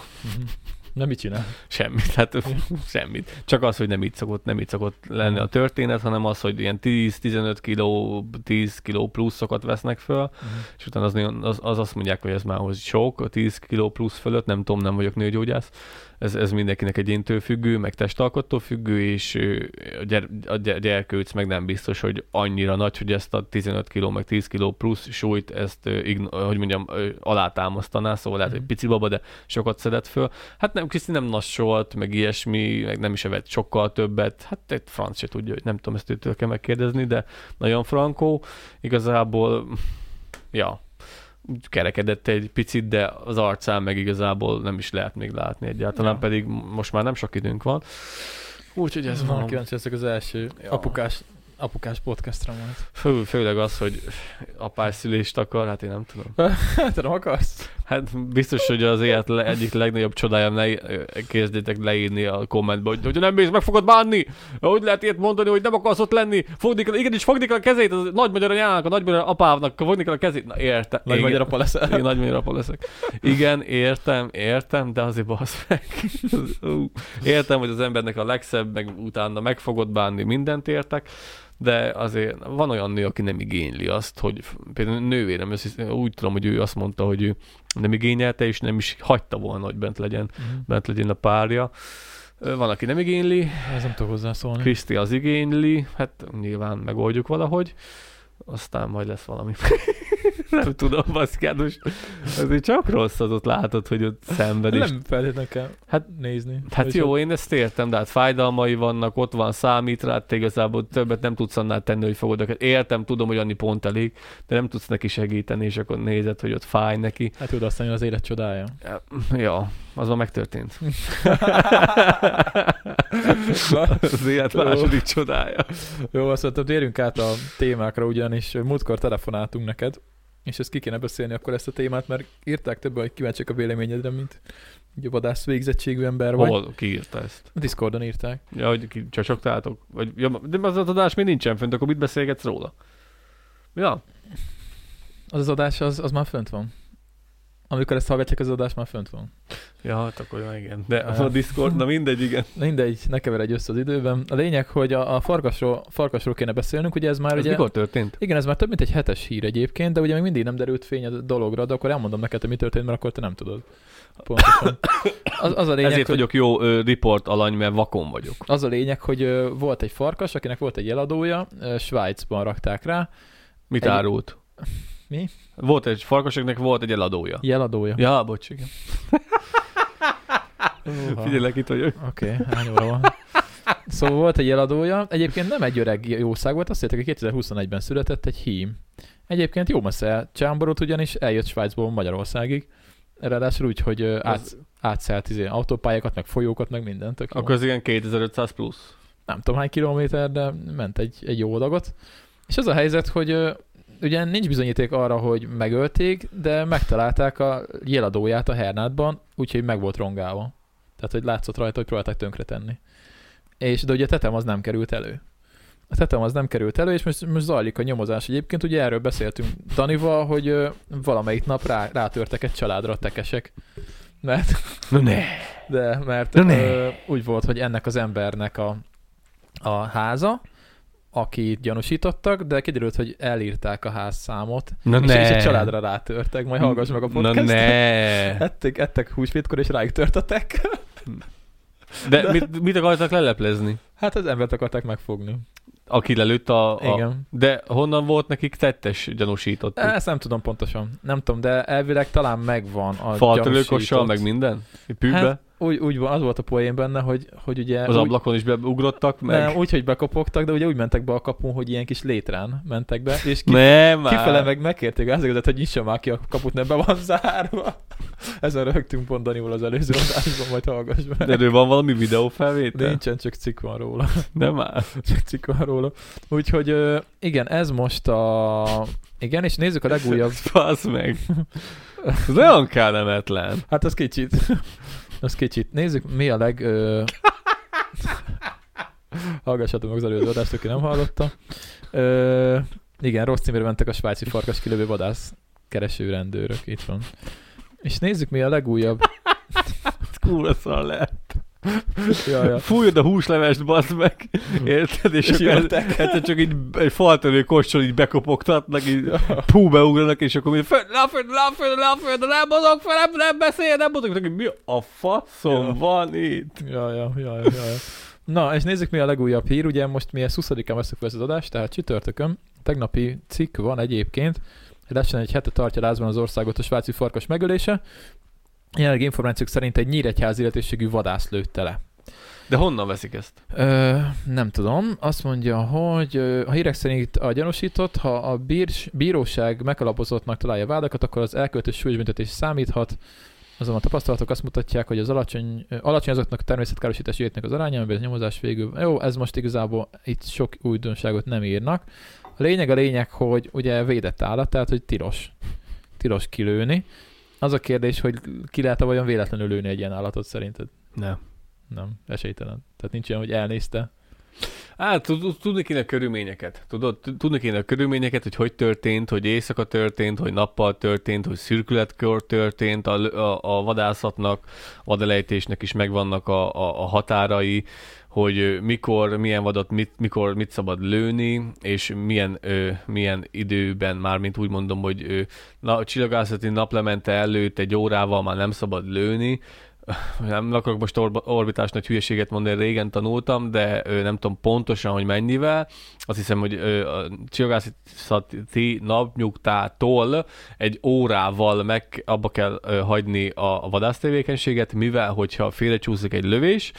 Nem mit csinál? Semmit, hát semmit. Csak az, hogy nem így szokott, nem így szokott lenni a történet, hanem az, hogy ilyen tíz-tizenöt kiló, tíz kiló pluszokat vesznek föl, uh-huh. és utána az, az, az azt mondják, hogy ez már hoz sok, a tíz kiló plusz fölött, nem tudom, nem vagyok nőgyógyász. Ez, ez mindenkinek egyéntől függő, meg testalkottól függő, és a, gyere, a gyerkőc meg nem biztos, hogy annyira nagy, hogy ezt a tizenöt kiló, meg tíz kiló plusz súlyt, ezt, hogy mondjam, alátámasztaná, szóval lehet, hogy pici baba, de sokat szedett föl. Hát nem, Kriszti nem nassolt, meg ilyesmi, meg nem is evett sokkal többet. Hát egy franc se tudja, hogy nem tudom, ezt őtől kell megkérdezni, de nagyon frankó. Igazából, ja, kerekedett egy picit, de az arcán meg igazából nem is lehet még látni egyáltalán, ja. Pedig most már nem sok időnk van. Úgyhogy ez van. Kíváncsi leszek az első ja. apukás, apukás podcastra majd. Fő, főleg az, hogy apás szülést akar, hát én nem tudom. Te nem akarsz? Hát biztos, hogy az élet le, egyik legnagyobb csodája, ne kezdjétek leírni a kommentbe, hogy, hogy nem mész, meg fogod bánni! Hogy lehet ilyet mondani, hogy nem akarsz ott lenni? Fogni kell, igenis fogni kell a kezét, az nagy magyar anyának, a nagy magyar apának fogni kell a kezét. Na értem. Nagy magyar apa leszel. Én nagy magyar apa leszek. Igen, értem, értem, de azért basz meg. Értem, hogy az embernek a legszebb, meg utána meg fogod bánni, mindent értek. De azért van olyan nő, aki nem igényli azt, hogy például nővérem, úgy tudom, hogy ő azt mondta, hogy ő nem igényelte, és nem is hagyta volna, hogy bent legyen, uh-huh. bent legyen a párja. Van, aki nem igényli. Ez nem tudok hozzászólni. Kriszti az igényli, hát nyilván megoldjuk valahogy, aztán majd lesz valami. Nem tudom, baszkádus. Azért csak rossz az, ott látod, hogy ott szenvedés. Nem feltétlenül kell hát, nézni. Hát jó, csak... én ezt értem, de hát fájdalmai vannak, ott van, számít rá, te igazából többet nem tudsz annál tenni, hogy fogod. Értem, tudom, hogy annyi pont elég, de nem tudsz neki segíteni, és akkor nézed, hogy ott fáj neki. Hát jó, de aztán jön az élet csodája. Ja, az már megtörtént. Az élet második csodája. Jó, azt mondtam, térjünk át a témákra, ugyanis múltkor telefonáltunk neked, és ezt ki kéne beszélni akkor ezt a témát, mert írták többen, hogy kíváncsiak a véleményedre, mint ugye vadász végzettségű ember vagy. Hol? Ki írta ezt? A Discordon írták. Ja, hogy ki csacsogtátok? Vagy, ja, de az adás még nincsen fönt, akkor mit beszélgetsz róla? Ja. Az az adás, az, az már fönt van. Amikor ezt hallgatják, az adás már fönt van. Ja, hát akkor ja, igen. De a Discord, na mindegy, igen. Mindegy, ne keveredj össze az időben. A lényeg, hogy a, a farkasról, farkasról kéne beszélnünk, ugye ez már ez ugye... mikor történt? Igen, ez már több mint egy hetes hír egyébként, de ugye még mindig nem derült fény a dologra, de akkor elmondom neked, hogy mi történt, mert akkor te nem tudod. Pontosan. Az, az a lényeg, Ezért hogy... vagyok jó ö, report alany, mert vakon vagyok. Az a lényeg, hogy ö, volt egy farkas, akinek volt egy eladója, ö, Svájcban rakták rá. Mit egy... árult? Mi? Volt egy farkasoknak volt egy eladója. Jeladója. Ja, bocs, igen. Uh-ha. Figyelek, itt vagyok. Oké, okay, hány óra van? Szóval volt egy eladója, egyébként nem egy öreg jószág volt, azt mondták, hogy kétezer-huszonegyben született egy hím. Egyébként jó messze csámborult, ugyanis eljött Svájcból Magyarországig. Ráadásul úgy, hogy az... át, átszelt izé, autópályákat, meg folyókat, meg mindent. Akkor az igen kétezer-ötszáz plusz. Nem tudom hány kilométer, de ment egy, egy jó adagot. És az a helyzet, hogy ugye nincs bizonyíték arra, hogy megölték, de megtalálták a jeladóját a hernádban, úgyhogy meg volt rongálva. Tehát, hogy látszott rajta, hogy próbálták tönkretenni. És, de ugye a tetem az nem került elő. A tetem az nem került elő, és most, most zajlik a nyomozás. Egyébként ugye erről beszéltünk Danival, hogy ö, valamelyik nap rá, rátörtek egy családra a tekesek. Mert, no ne. de, mert no ö, úgy volt, hogy ennek az embernek a, a háza, akit gyanúsítottak, de kiderült, hogy elírták a házszámot, Na és, ne. és egy családra rátörtek. Majd hallgass meg a podcastot. Na ne. Ettek, ettek húsvétkor, és rájuk tört a tek. De, de... Mit, mit akartak leleplezni? Hát az embert akarták megfogni. Aki lelőtt a, a... Igen. De honnan volt nekik tettes gyanúsított? Ezt nem tudom pontosan. Nem tudom, de elvileg talán megvan a faltörőkossal, meg minden? Pűbe? Hát, úgy, úgy van, az volt a poén benne, hogy, hogy ugye... Az úgy, ablakon is beugrottak meg? Nem, úgy, hogy bekopogtak, de ugye úgy mentek be a kapun, hogy ilyen kis létrán mentek be, és ki, nem, kifele meg megkérték az igazat, hogy nyissa már ki a kaput, ne be van zárva. Ezen rögtünk pont Danival az előző adásban, majd hallgass meg. De erről van valami videófelvétel? Nincsen, csak cikk van róla. Nem már. Csak cikk van róla. Úgyhogy igen, ez most a... Igen, és nézzük a legújabb... Fasz meg. Ez nagyon kellemetlen. Hát az kicsit. Az kicsit. Nézzük, mi a leg... Ö... Hallgassatok meg az előző adást, aki nem hallotta. Ö... Igen, rossz címére mentek a svájci farkas kilövő vadász kereső rendőrök. Itt van. És nézzük, mi a legújabb... Ez kurva szar lehet. Ja, ja. Fújod a húslevest, bazd meg, érted? És, és akkor egyszer csak így egy faltörő kossal így bekopogtatnak, így ja. Pú, beugranak, és akkor mind föld, láföld, láföld, láföld, nem mozog fel, nem, nem beszél, nem mozog, hogy mi a faszom ja. van itt? Ja, ja, ja, ja, ja. Na, és nézzük, mi a legújabb hír. Ugye most mi huszadikán veszük fel az adást, tehát csütörtökön. Tegnapi cikk van egyébként. Lassan egy hete tartja lázban az országot a svájci farkas megölése. Jelenleg információk szerint egy nyíregyházi illetőségű vadász lőtte le. De honnan veszik ezt? Ö, nem tudom. Azt mondja, hogy a hírek szerint a gyanúsított, ha a bír, bíróság megalapozottnak találja vádakat, akkor az elkövető súlyos büntetés számíthat. Azonban a tapasztalatok azt mutatják, hogy az alacsony, alacsony azoknak a természetkárosítási ügyeknek az aránya, amiben a nyomozás végül... Jó, ez most igazából itt sok újdonságot nem írnak. A lényeg a lényeg, hogy ugye védett állat, tehát hogy tilos. Tilos kilőni. Az a kérdés, hogy ki lehet-e vajon véletlenül lőni egy ilyen állatot szerinted? Nem. Nem, esélytelen. Tehát nincs olyan, hogy elnézte. Á, tudni kéne a körülményeket. Tudod, tudni kéne a körülményeket, hogy hogy történt, hogy éjszaka történt, hogy nappal történt, hogy szürkületkor történt, a, a, a vadászatnak, vadelejtésnek is megvannak a, a, a határai, hogy mikor, milyen vadat, mit, mikor mit szabad lőni, és milyen, ö, milyen időben, mármint úgy mondom, hogy ö, na, a csillagászati naplemente előtt egy órával már nem szabad lőni. Nem akarok most orbitás nagy hülyeséget mondani, régen tanultam, de ö, nem tudom pontosan, hogy mennyivel. Azt hiszem, hogy ö, a csillagászati napnyugtától egy órával meg abba kell ö, hagyni a, a vadásztevékenységet, mivel hogyha félrecsúszik egy lövés,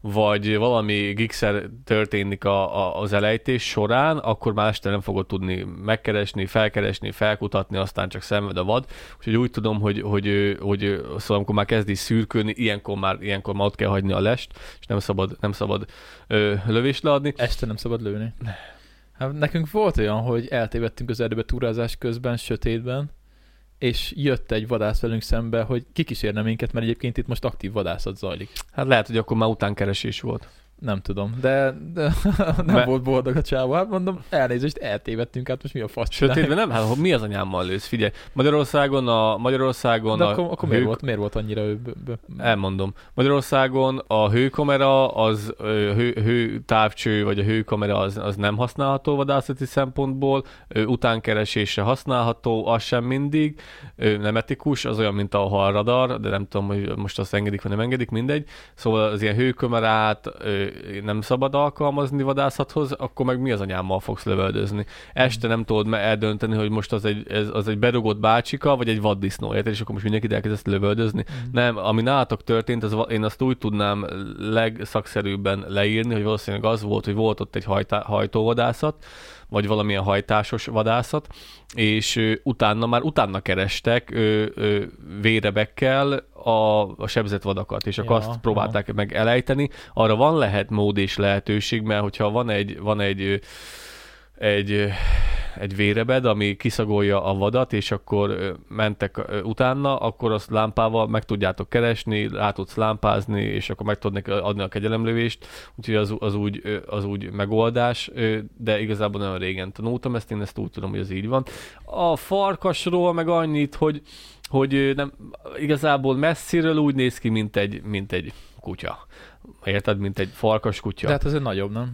vagy valami gigszer történik a, a, az elejtés során, akkor már este nem fogod tudni megkeresni, felkeresni, felkutatni, aztán csak szenved a vad. Úgyhogy úgy tudom, hogy, hogy, hogy szóval amikor már kezd is szürkölni, ilyenkor már, ilyenkor már ott kell hagyni a lest, és nem szabad, nem szabad ö, lövést leadni. Este nem szabad lőni. Hát nekünk volt olyan, hogy eltévedtünk az erdőbe túrázás közben, sötétben, és jött egy vadász velünk szembe, hogy kikísérne minket, mert egyébként itt most aktív vadászat zajlik. Hát lehet, hogy akkor már utánkeresés volt. Nem tudom, de, de nem Be... volt boldog a csávó. Hát mondom, elnézést, eltévedtünk, hát most mi a fasz csináljuk? Sötétben nem? Hát mi az anyámmal lősz? Figyelj, Magyarországon a... Magyarországon de a akkor, akkor hő... miért, volt, miért volt annyira... Ő... Elmondom. Magyarországon a hőkamera, az hő, hőtávcső, vagy a hőkamera az, az nem használható vadászati szempontból, utánkeresésre használható, az sem mindig, nem etikus, az olyan, mint a halradar, de nem tudom, hogy most azt engedik, vagy nem engedik, mindegy. Szóval az ilyen hőkamerát nem szabad alkalmazni vadászathoz, akkor meg mi az anyámmal fogsz lövöldözni? Este nem tudod eldönteni, hogy most az egy, ez, az egy berugott bácsika, vagy egy vaddisznó, érted? És akkor most mindenki elkezd lövöldözni. Mm. Nem, ami nálatok történt, az, én azt úgy tudnám legszakszerűbben leírni, hogy valószínűleg az volt, hogy volt ott egy hajtá, hajtóvadászat, vagy valamilyen hajtásos vadászat, és ö, utána már utána kerestek ö, ö, vérebekkel a, a sebzett vadakat, és akkor ja, azt próbálták ja. meg elejteni. Arra van lehet mód és lehetőség, mert hogyha van egy, van egy, egy, egy vérebed, ami kiszagolja a vadat, és akkor mentek utána, akkor azt lámpával meg tudjátok keresni, rá tudsz lámpázni, és akkor meg tudnak adni a kegyelemlövést, úgyhogy az, az, úgy, az úgy megoldás, de igazából nagyon régen tanultam ezt, én ezt úgy tudom, hogy ez így van. A farkasról meg annyit, hogy, hogy nem, igazából messziről úgy néz ki, mint egy, mint egy kutya. Érted, mint egy farkas kutya. De hát ez egy nagyobb, nem?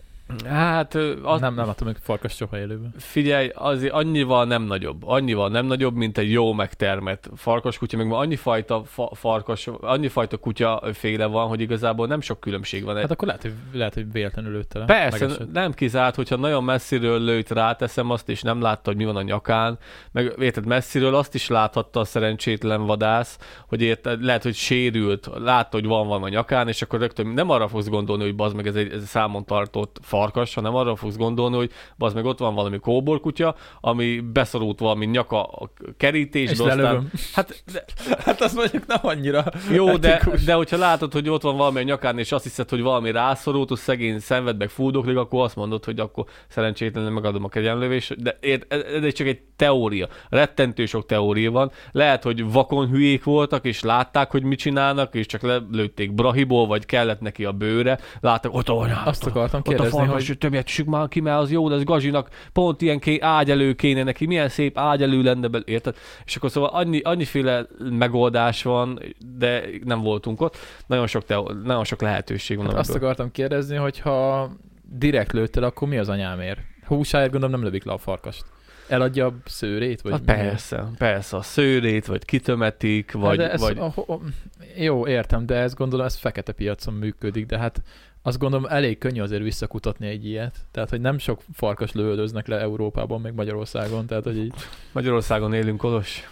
Hát... Az... Nem, nem látom még farkas soha élőben. Figyelj, azért annyival nem nagyobb. Annyival nem nagyobb, mint egy jó megtermett farkas kutya, meg annyi fajta fa- farkas, annyi fajta kutya féle van, hogy igazából nem sok különbség van. Hát akkor lehet, hogy, lehet, hogy véletlenül lőtte le. Persze, megesett. Nem kizárt, hogyha nagyon messziről lőtt, ráteszem azt, és nem látta, hogy mi van a nyakán, meg érted, messziről azt is láthatta a szerencsétlen vadász, hogy érted, lehet, hogy sérült, látta, hogy van van a nyakán, és akkor rögtön nem arra fogsz gondolni, hogy bazd meg ez egy, ez egy számon tartott farkas, hanem arra fogsz gondolni, hogy bazd meg ott van valami kóborkutya, ami beszorult valami nyaka a kerítésbe, és aztán... Hát, de... hát az mondjuk nem annyira jó, de, de hogyha látod, hogy ott van valami a nyakán, és azt hiszed, hogy valami rászorult, az szegény szenved meg fúldoklik, akkor azt mondod, hogy akkor szerencsétlenül megadom a kegyelmlövést, de ez csak egy teória. Rettentő sok teória van. Lehet, hogy vakon hülyék voltak, és látták, hogy mit csinálnak, és csak lelőtték brahiból, vagy kellett neki a bőre. Láttak, ott van, azt akartam kérdezni, farkas, hogy többet már ki, mert az jó, de az Gazsinak pont ilyen ké, ágyelő kéne neki, milyen szép ágyelő lenne belőle, érted? És akkor szóval annyi, annyiféle megoldás van, de nem voltunk ott. Nagyon sok, teó, nagyon sok lehetőség van. Hát azt akartam kérdezni, hogyha direkt lőtted, akkor mi az anyámért? Húsáért gondolom nem lövik le a farkast. Eladja a szőrét? Vagy hát persze, mi? persze, a szőrét, vagy kitömetik, vagy... Hát ez, vagy... A, a, jó, értem, de ezt gondolom, ez fekete piacon működik, de hát azt gondolom elég könnyű azért visszakutatni egy ilyet. Tehát, hogy nem sok farkas lövöldöznek le Európában, meg Magyarországon, tehát, hogy így... Magyarországon élünk, Kolos.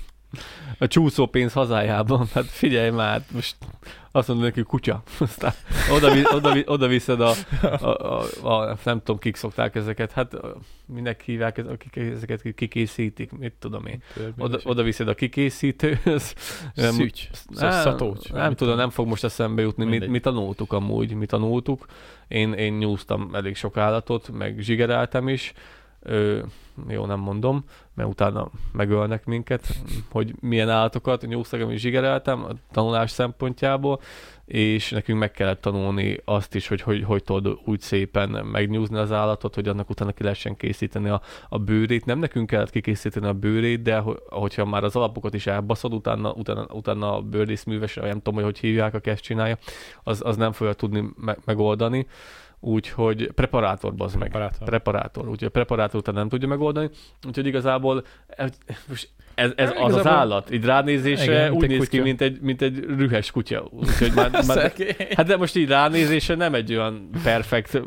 A csúszópénz hazájában. Hát figyelj már, most azt mondod neki, kutya. Aztán oda, oda, oda viszed a, a, a, a, nem tudom, kik szokták ezeket, hát minek hívják, akik ezeket kikészítik, mit tudom én. Oda, oda viszed a kikészítőhöz. Szügy, szatócs. Nem, nem tudom, nem fog most eszembe jutni. Mi, mi tanultuk amúgy, mi tanultuk. Én, én nyúztam elég sok állatot, meg zsigereltem is. Ö, jó, nem mondom, mert utána megölnek minket, hogy milyen állatokat nyúztak, amit zsigereltem a tanulás szempontjából, és nekünk meg kellett tanulni azt is, hogy hogy, hogy tudod úgy szépen megnyúzni az állatot, hogy annak utána ki lehessen készíteni a, a bőrét. Nem nekünk kellett kikészíteni a bőrét, de hogyha már az alapokat is elbaszod, utána, utána, utána a bőrészműves, nem tudom, hogy hogy hívják, aki ezt csinálja, az, az nem fogja tudni me- megoldani. Úgyhogy preparátor, bazd meg. Preparátor. Preparátor. Úgyhogy a preparátor után nem tudja megoldani. Úgyhogy igazából ez, ez, ez az az állat. Így ránézésre igen, úgy néz kutya. Ki, mint egy, mint egy rühes kutya. Úgyhogy már, már, hát de most így ránézésre nem egy olyan perfekt...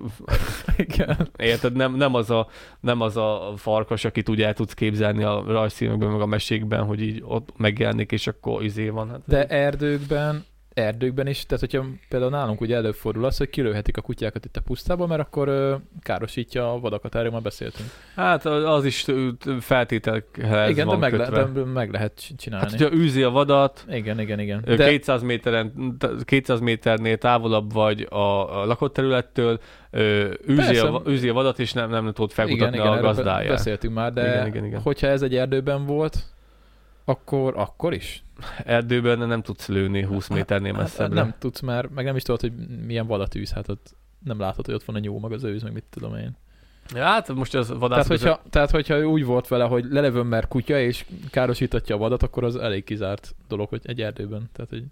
Érted? Nem, nem, az a, nem az a farkas, akit úgy el tudsz képzelni a rajzfilmekben, meg a mesékben, hogy így ott megjelenik, és akkor izé van. Hát, de erdőkben erdőkben is, tehát hogyha például nálunk ugye előfordul az, hogy kilőhetik a kutyákat itt a pusztában, mert akkor ö, károsítja a vadakat, erről már beszéltünk. Hát az is feltételhez igen, van de meg, kötve. le, de meg lehet csinálni. Hát, hogyha űzi a vadat, igen, igen, igen. De... kétszáz méteren, kétszáz méternél távolabb vagy a, a lakott területtől, űzi a, űzi a vadat, és nem, nem tudod felkutatni igen, a igen, gazdáját. Beszéltünk már, de igen, igen, igen. hogyha ez egy erdőben volt, akkor, akkor is? Erdőben nem tudsz lőni húsz méternél hát, messzebbre. Nem tudsz már, meg nem is tudod, hogy milyen vadat űz, hát ott nem látod, hogy ott van a nyó, meg az őz, meg mit tudom én. Ja, hát most az vadászok... Tehát hogyha, az... tehát, hogyha úgy volt vele, hogy lelövöm, mert kutya, és károsítatja a vadat, akkor az elég kizárt dolog, hogy egy erdőben. Tehát, hogy...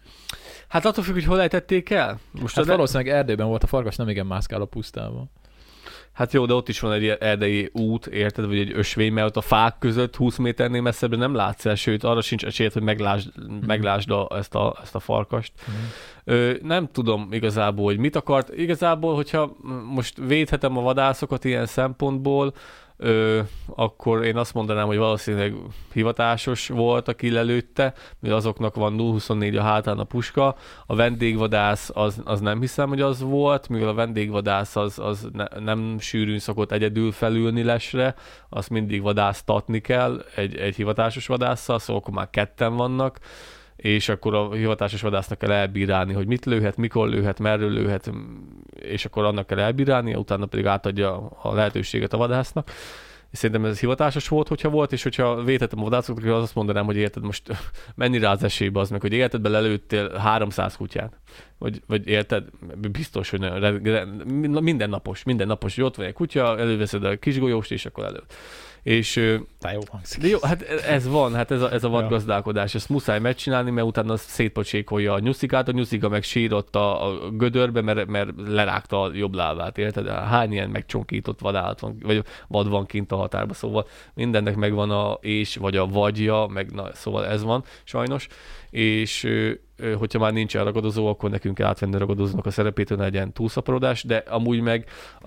Hát attól függ, hogy hol ejtették el? Most hát valószínűleg erdőben volt, a farkas nem igen mászkál a pusztában. Hát jó, de ott is van egy erdei út, érted, vagy egy ösvény, mert ott a fák között húsz méternél messzebbre nem látsz el, sőt, arra sincs esélyed, hogy meglásd, mm. meglásd a, ezt, a, ezt a farkast. Mm. Ö, nem tudom igazából, hogy mit akart. Igazából, hogyha most védhetem a vadászokat ilyen szempontból, Ö, akkor én azt mondanám, hogy valószínűleg hivatásos volt, aki lelőtte, mert azoknak van nulla huszonnégy a hátán a puska. A vendégvadász az, az nem hiszem, hogy az volt, mivel a vendégvadász az, az ne, nem sűrűn szokott egyedül felülni lesre, azt mindig vadásztatni kell egy, egy hivatásos vadásszal, szóval akkor már ketten vannak, és akkor a hivatásos vadásznak kell elbírálni, hogy mit lőhet, mikor lőhet, merről lőhet, és akkor annak kell elbírálni, utána pedig átadja a lehetőséget a vadásznak. És szerintem ez hivatásos volt, hogyha volt, és hogyha védhetem a vadászokat, akkor azt mondanám, hogy érted, most menni rá az esélybe az meg, hogy életedben lelőttél háromszáz kutyát. Vagy, vagy érted, biztos, hogy minden napos, minden napos, hogy ott van egy kutya, előveszed a kisgolyóst, és akkor elő. És de jó hangzik. De jó, hát ez van, hát ez a, ez a vadgazdálkodás, ezt muszáj megcsinálni, mert utána szétpocsékolja a nyuszikát, a nyuszika meg sírott a, a gödörbe, mert, mert lerágta a jobb lábát, érted? Hány ilyen megcsonkított vadállat van, vagy vad van kint a határban, szóval mindennek megvan a és, vagy a vagyja, meg na, szóval ez van, sajnos, és hogyha már nincs ragadozó, akkor nekünk kell átvenni a ragadozónak a szerepét, hogy legyen túlszaporodás, de amúgy meg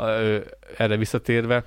erre visszatérve,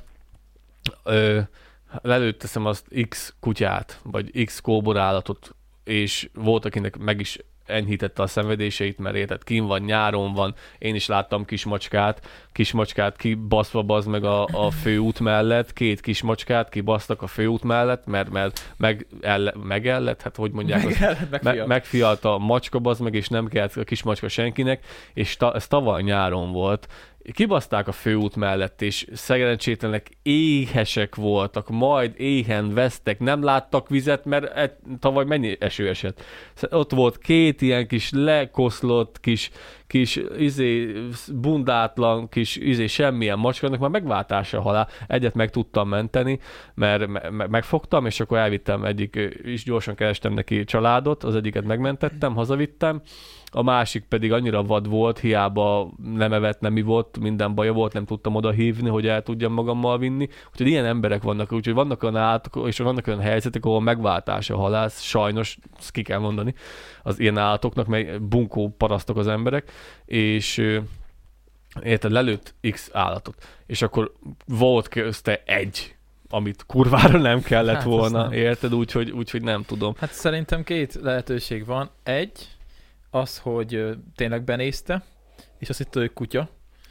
lelőtt teszem azt X kutyát, vagy X kóborállatot, és volt, akinek meg is enyhítette a szenvedéseit, mert érted, kín van, nyáron van, én is láttam kismacskát, kismacskát kibaszva bazd meg a, a főút mellett, két kismacskát kibasztak a főút mellett, mert, mert meg, elle, megellett, hát hogy mondják, megellett, megfialt. Me, megfialt a macska bazd meg, és nem kellett a kismacska senkinek, és ta, ez tavaly nyáron volt, kibaszták a főút mellett, és szerencsétlenek éhesek voltak, majd éhen vesztek, nem láttak vizet, mert e, tavaly mennyi eső esett. Ott volt két ilyen kis lekoszlott, kis, kis izé, bundátlan, kis izé, semmilyen macskának már megváltása halál. Egyet meg tudtam menteni, mert me- megfogtam, és akkor elvittem egyik, és gyorsan kerestem neki családot, az egyiket megmentettem, hazavittem, a másik pedig annyira vad volt, hiába nem evett, nem ivott, minden baja volt, nem tudtam oda hívni, hogy el tudjam magammal vinni. Úgyhogy ilyen emberek vannak, úgyhogy vannak olyan állatok, és vannak olyan helyzetek, ahol megváltás a halász, sajnos, ezt ki kell mondani, az ilyen állatoknak, mert bunkó parasztok az emberek, és érted, lelőtt X állatot, és akkor volt közte egy, amit kurvára nem kellett hát volna, nem. Érted? Úgyhogy úgy, hogy nem tudom. Hát szerintem két lehetőség van. Egy, az, hogy ö, tényleg benézte, és azt hitte, hogy kutya.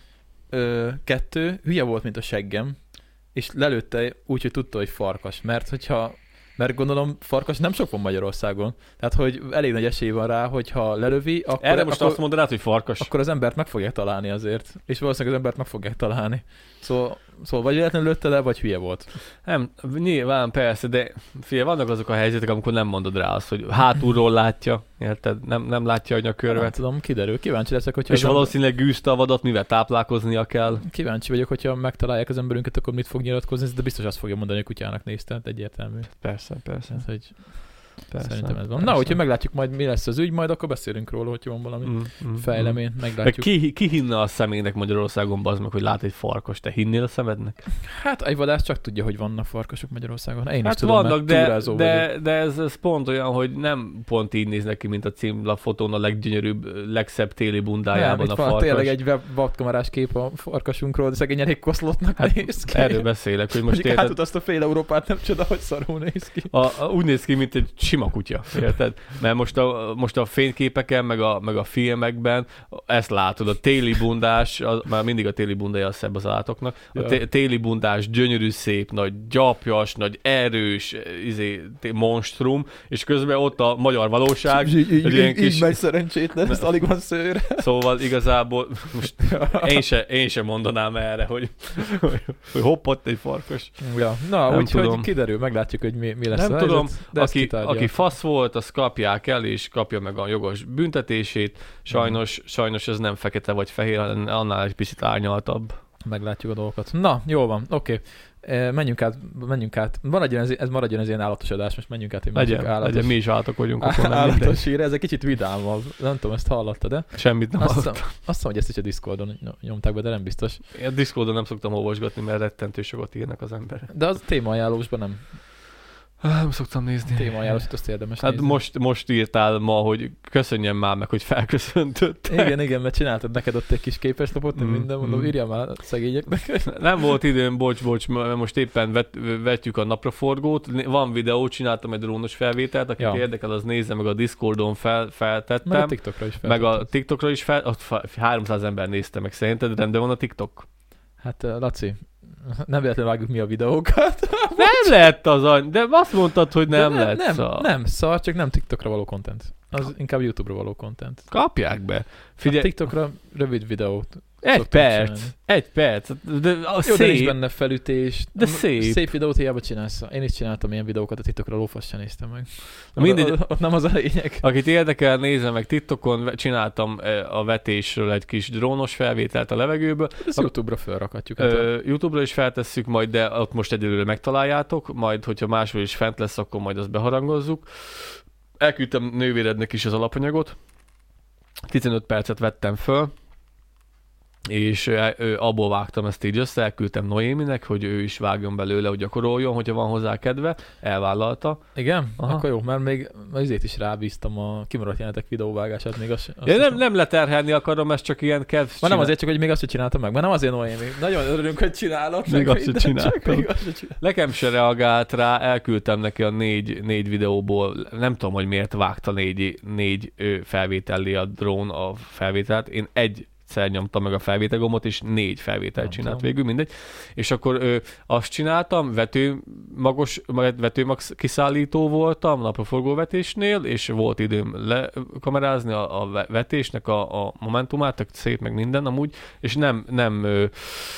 Ö, kettő, hülye volt, mint a seggem, és lelőtte úgy, hogy tudta, hogy farkas. Mert hogyha, mert gondolom farkas nem sok van Magyarországon. Tehát, hogy elég nagy esély van rá, hogyha lelövi, akkor... Erre most akkor, azt mondanád, hogy farkas. Akkor az embert meg fogják találni azért. És valószínűleg az embert meg fogják találni. Szóval, szóval vagy véletlenül lőtte le, vagy hülye volt. Nem, nyilván persze, de figyelj, vannak azok a helyzetek, amikor nem mondod rá azt, hogy hátulról látja, érted? Nem, nem látja a nyakörvet. Nem tudom, kiderül. Kíváncsi leszek, hogyha... És valószínűleg gűzte a vadat, mivel táplálkoznia kell. Kíváncsi vagyok, hogyha megtalálják az emberünket, akkor mit fog nyilatkozni, de biztos azt fogja mondani, hogy kutyának nézte, egyértelmű. Persze, persze. Hát, hogy persze, szerintem ez van. persze. Na, hogyha meglátjuk majd, mi lesz az ügy, majd akkor beszélünk róla, hogyha van valami mm, mm, fejlemény, mm. meglátjuk. Ki, ki hinne a személynek Magyarországon, bazd meg, hogy lát egy farkas? Te hinnél a szemednek? Hát egy vadász csak tudja, hogy vannak farkasok Magyarországon. Én hát is tudom, vannak, de, de, vagyok. de ez, ez pont olyan, hogy nem pont így néznek ki, mint a címlapfotón a leggyönyörűbb, legszebb téli bundájában nem, a farkas. Tényleg egy webkamerás kép a farkasunkról, de szegény elég koszlottnak hát néz ki. Erről beszélek, hogy most érted... Hát azt a fél Európát nem csoda, hogy szarul néz ki. A, a, úgy néz ki, mint egy sima kutya, érted? Mert most a, most a fényképeken, meg a, meg a filmekben ezt látod, a téli bundás, az, már mindig a téli bundája a szebb az állatoknak, a ja. téli bundás gyönyörű, szép, nagy gyapjas, nagy erős izé, monstrum, és közben ott a magyar valóság. Így, így, így, kis... így megy szerencsétlen, ezt alig van szőre. Szóval igazából most én se, én se mondanám erre, hogy, hogy, hogy hoppott egy farkas. Ja. Na, úgyhogy kiderül, meglátjuk, hogy mi, mi lesz. Nem tudom, aki, aki fasz volt, az kapják el, és kapja meg a jogos büntetését. Sajnos, mm. sajnos ez nem fekete vagy fehér, annál egy picit árnyaltabb. Meglátjuk a dolgokat. Na, jó van, oké. Okay. Menjünk át, menjünk át. Maradjon ez, ez maradjon ez ilyen állatos adás, most menjünk át, hogy legyen, állatos. Legyen, mi is állatok vagyunk. Akkor állatos hír, ez egy kicsit vidámabb. Nem tudom, ezt hallottad, de? Semmit nem hallottam. Azt hiszem, hogy ezt is a Discordon nyomták be, de nem biztos. Én a Discordon nem szoktam olvasgatni, mert rettentő sokat írnak az emberek. De az témaajánlósban nem. Nem szoktam nézni. Témaajánlósat azt érdemes Hát nézni. most, most írtál ma, hogy köszönjem már meg, hogy felköszöntött. Igen, igen, mert csináltad neked ott egy kis képeslapot, mm, minden, mondom, mm. írjál már szegényeknek. Nem volt időm, bocs, bocs, mert most éppen vet, vetjük a napraforgót. Van videó, csináltam egy drónos felvételt, akit ja. érdekel, az nézze meg, a Discordon fel, feltettem. Meg a TikTokra is feltettem. Meg a TikTokra is fel, ott háromszáz ember nézte meg. Szerinted rendben van a TikTok? Hát Laci, nem véletlenül vágjuk mi a videókat. Nem lett az any... De azt mondtad, hogy nem, nem lett nem, szar. Nem, szar, csak nem TikTokra való content. Az inkább YouTube-ra való content. Kapják be. Figyelj. A TikTokra rövid videót. Egy perc. Csinálni. Egy perc. De a Jó, szép. de nincs benne felütés. De szép. Szép videót hiába csinálsz. Én is csináltam ilyen videókat a TikTokra, lófasz sem néztem meg. Mindegy, ott, ott nem az a lényeg. Akit érdekel, nézze meg TikTokon, csináltam a vetésről egy kis drónos felvételt a levegőből. Ezt YouTube-ra felrakhatjuk. Hát a... YouTube-ra is feltesszük majd, de ott most egyelőre megtaláljátok, majd hogyha máshol is fent lesz, akkor majd azt beharangozzuk. Elküldtem nővérednek is az alapanyagot. tizenöt percet vettem föl, és ő, abból vágtam ezt így össze, elküldtem Noéminek, hogy ő is vágjon belőle, hogy gyakoroljon, hogyha van hozzá kedve, elvállalta. Igen? Aha. Akkor jó, mert még azért is rábíztam a kimaradt jelenetek videóvágását, még azt, azt ja, nem, nem leterhelni akarom, ez csak ilyen kedv. Már nem azért csak, hogy még azt, hogy csináltam meg, mert nem azért Noémi. Nagyon örülünk, hogy csinálod. Még azt, hogy csináltam. Nekem se reagált rá, elküldtem neki a négy, négy videóból, nem tudom, hogy miért vágta négy, négy felvétellé a drón a felvételt. Én egy egyszer nyomtam meg a felvételgombot, és négy felvételt csinált végül, mindegy. És akkor ö, azt csináltam, vetőmagos, vetőmag kiszállító voltam napraforgóvetésnél, és volt időm lekamerázni a, a vetésnek a, a momentumát, tök szép, meg minden amúgy, és nem, nem ö,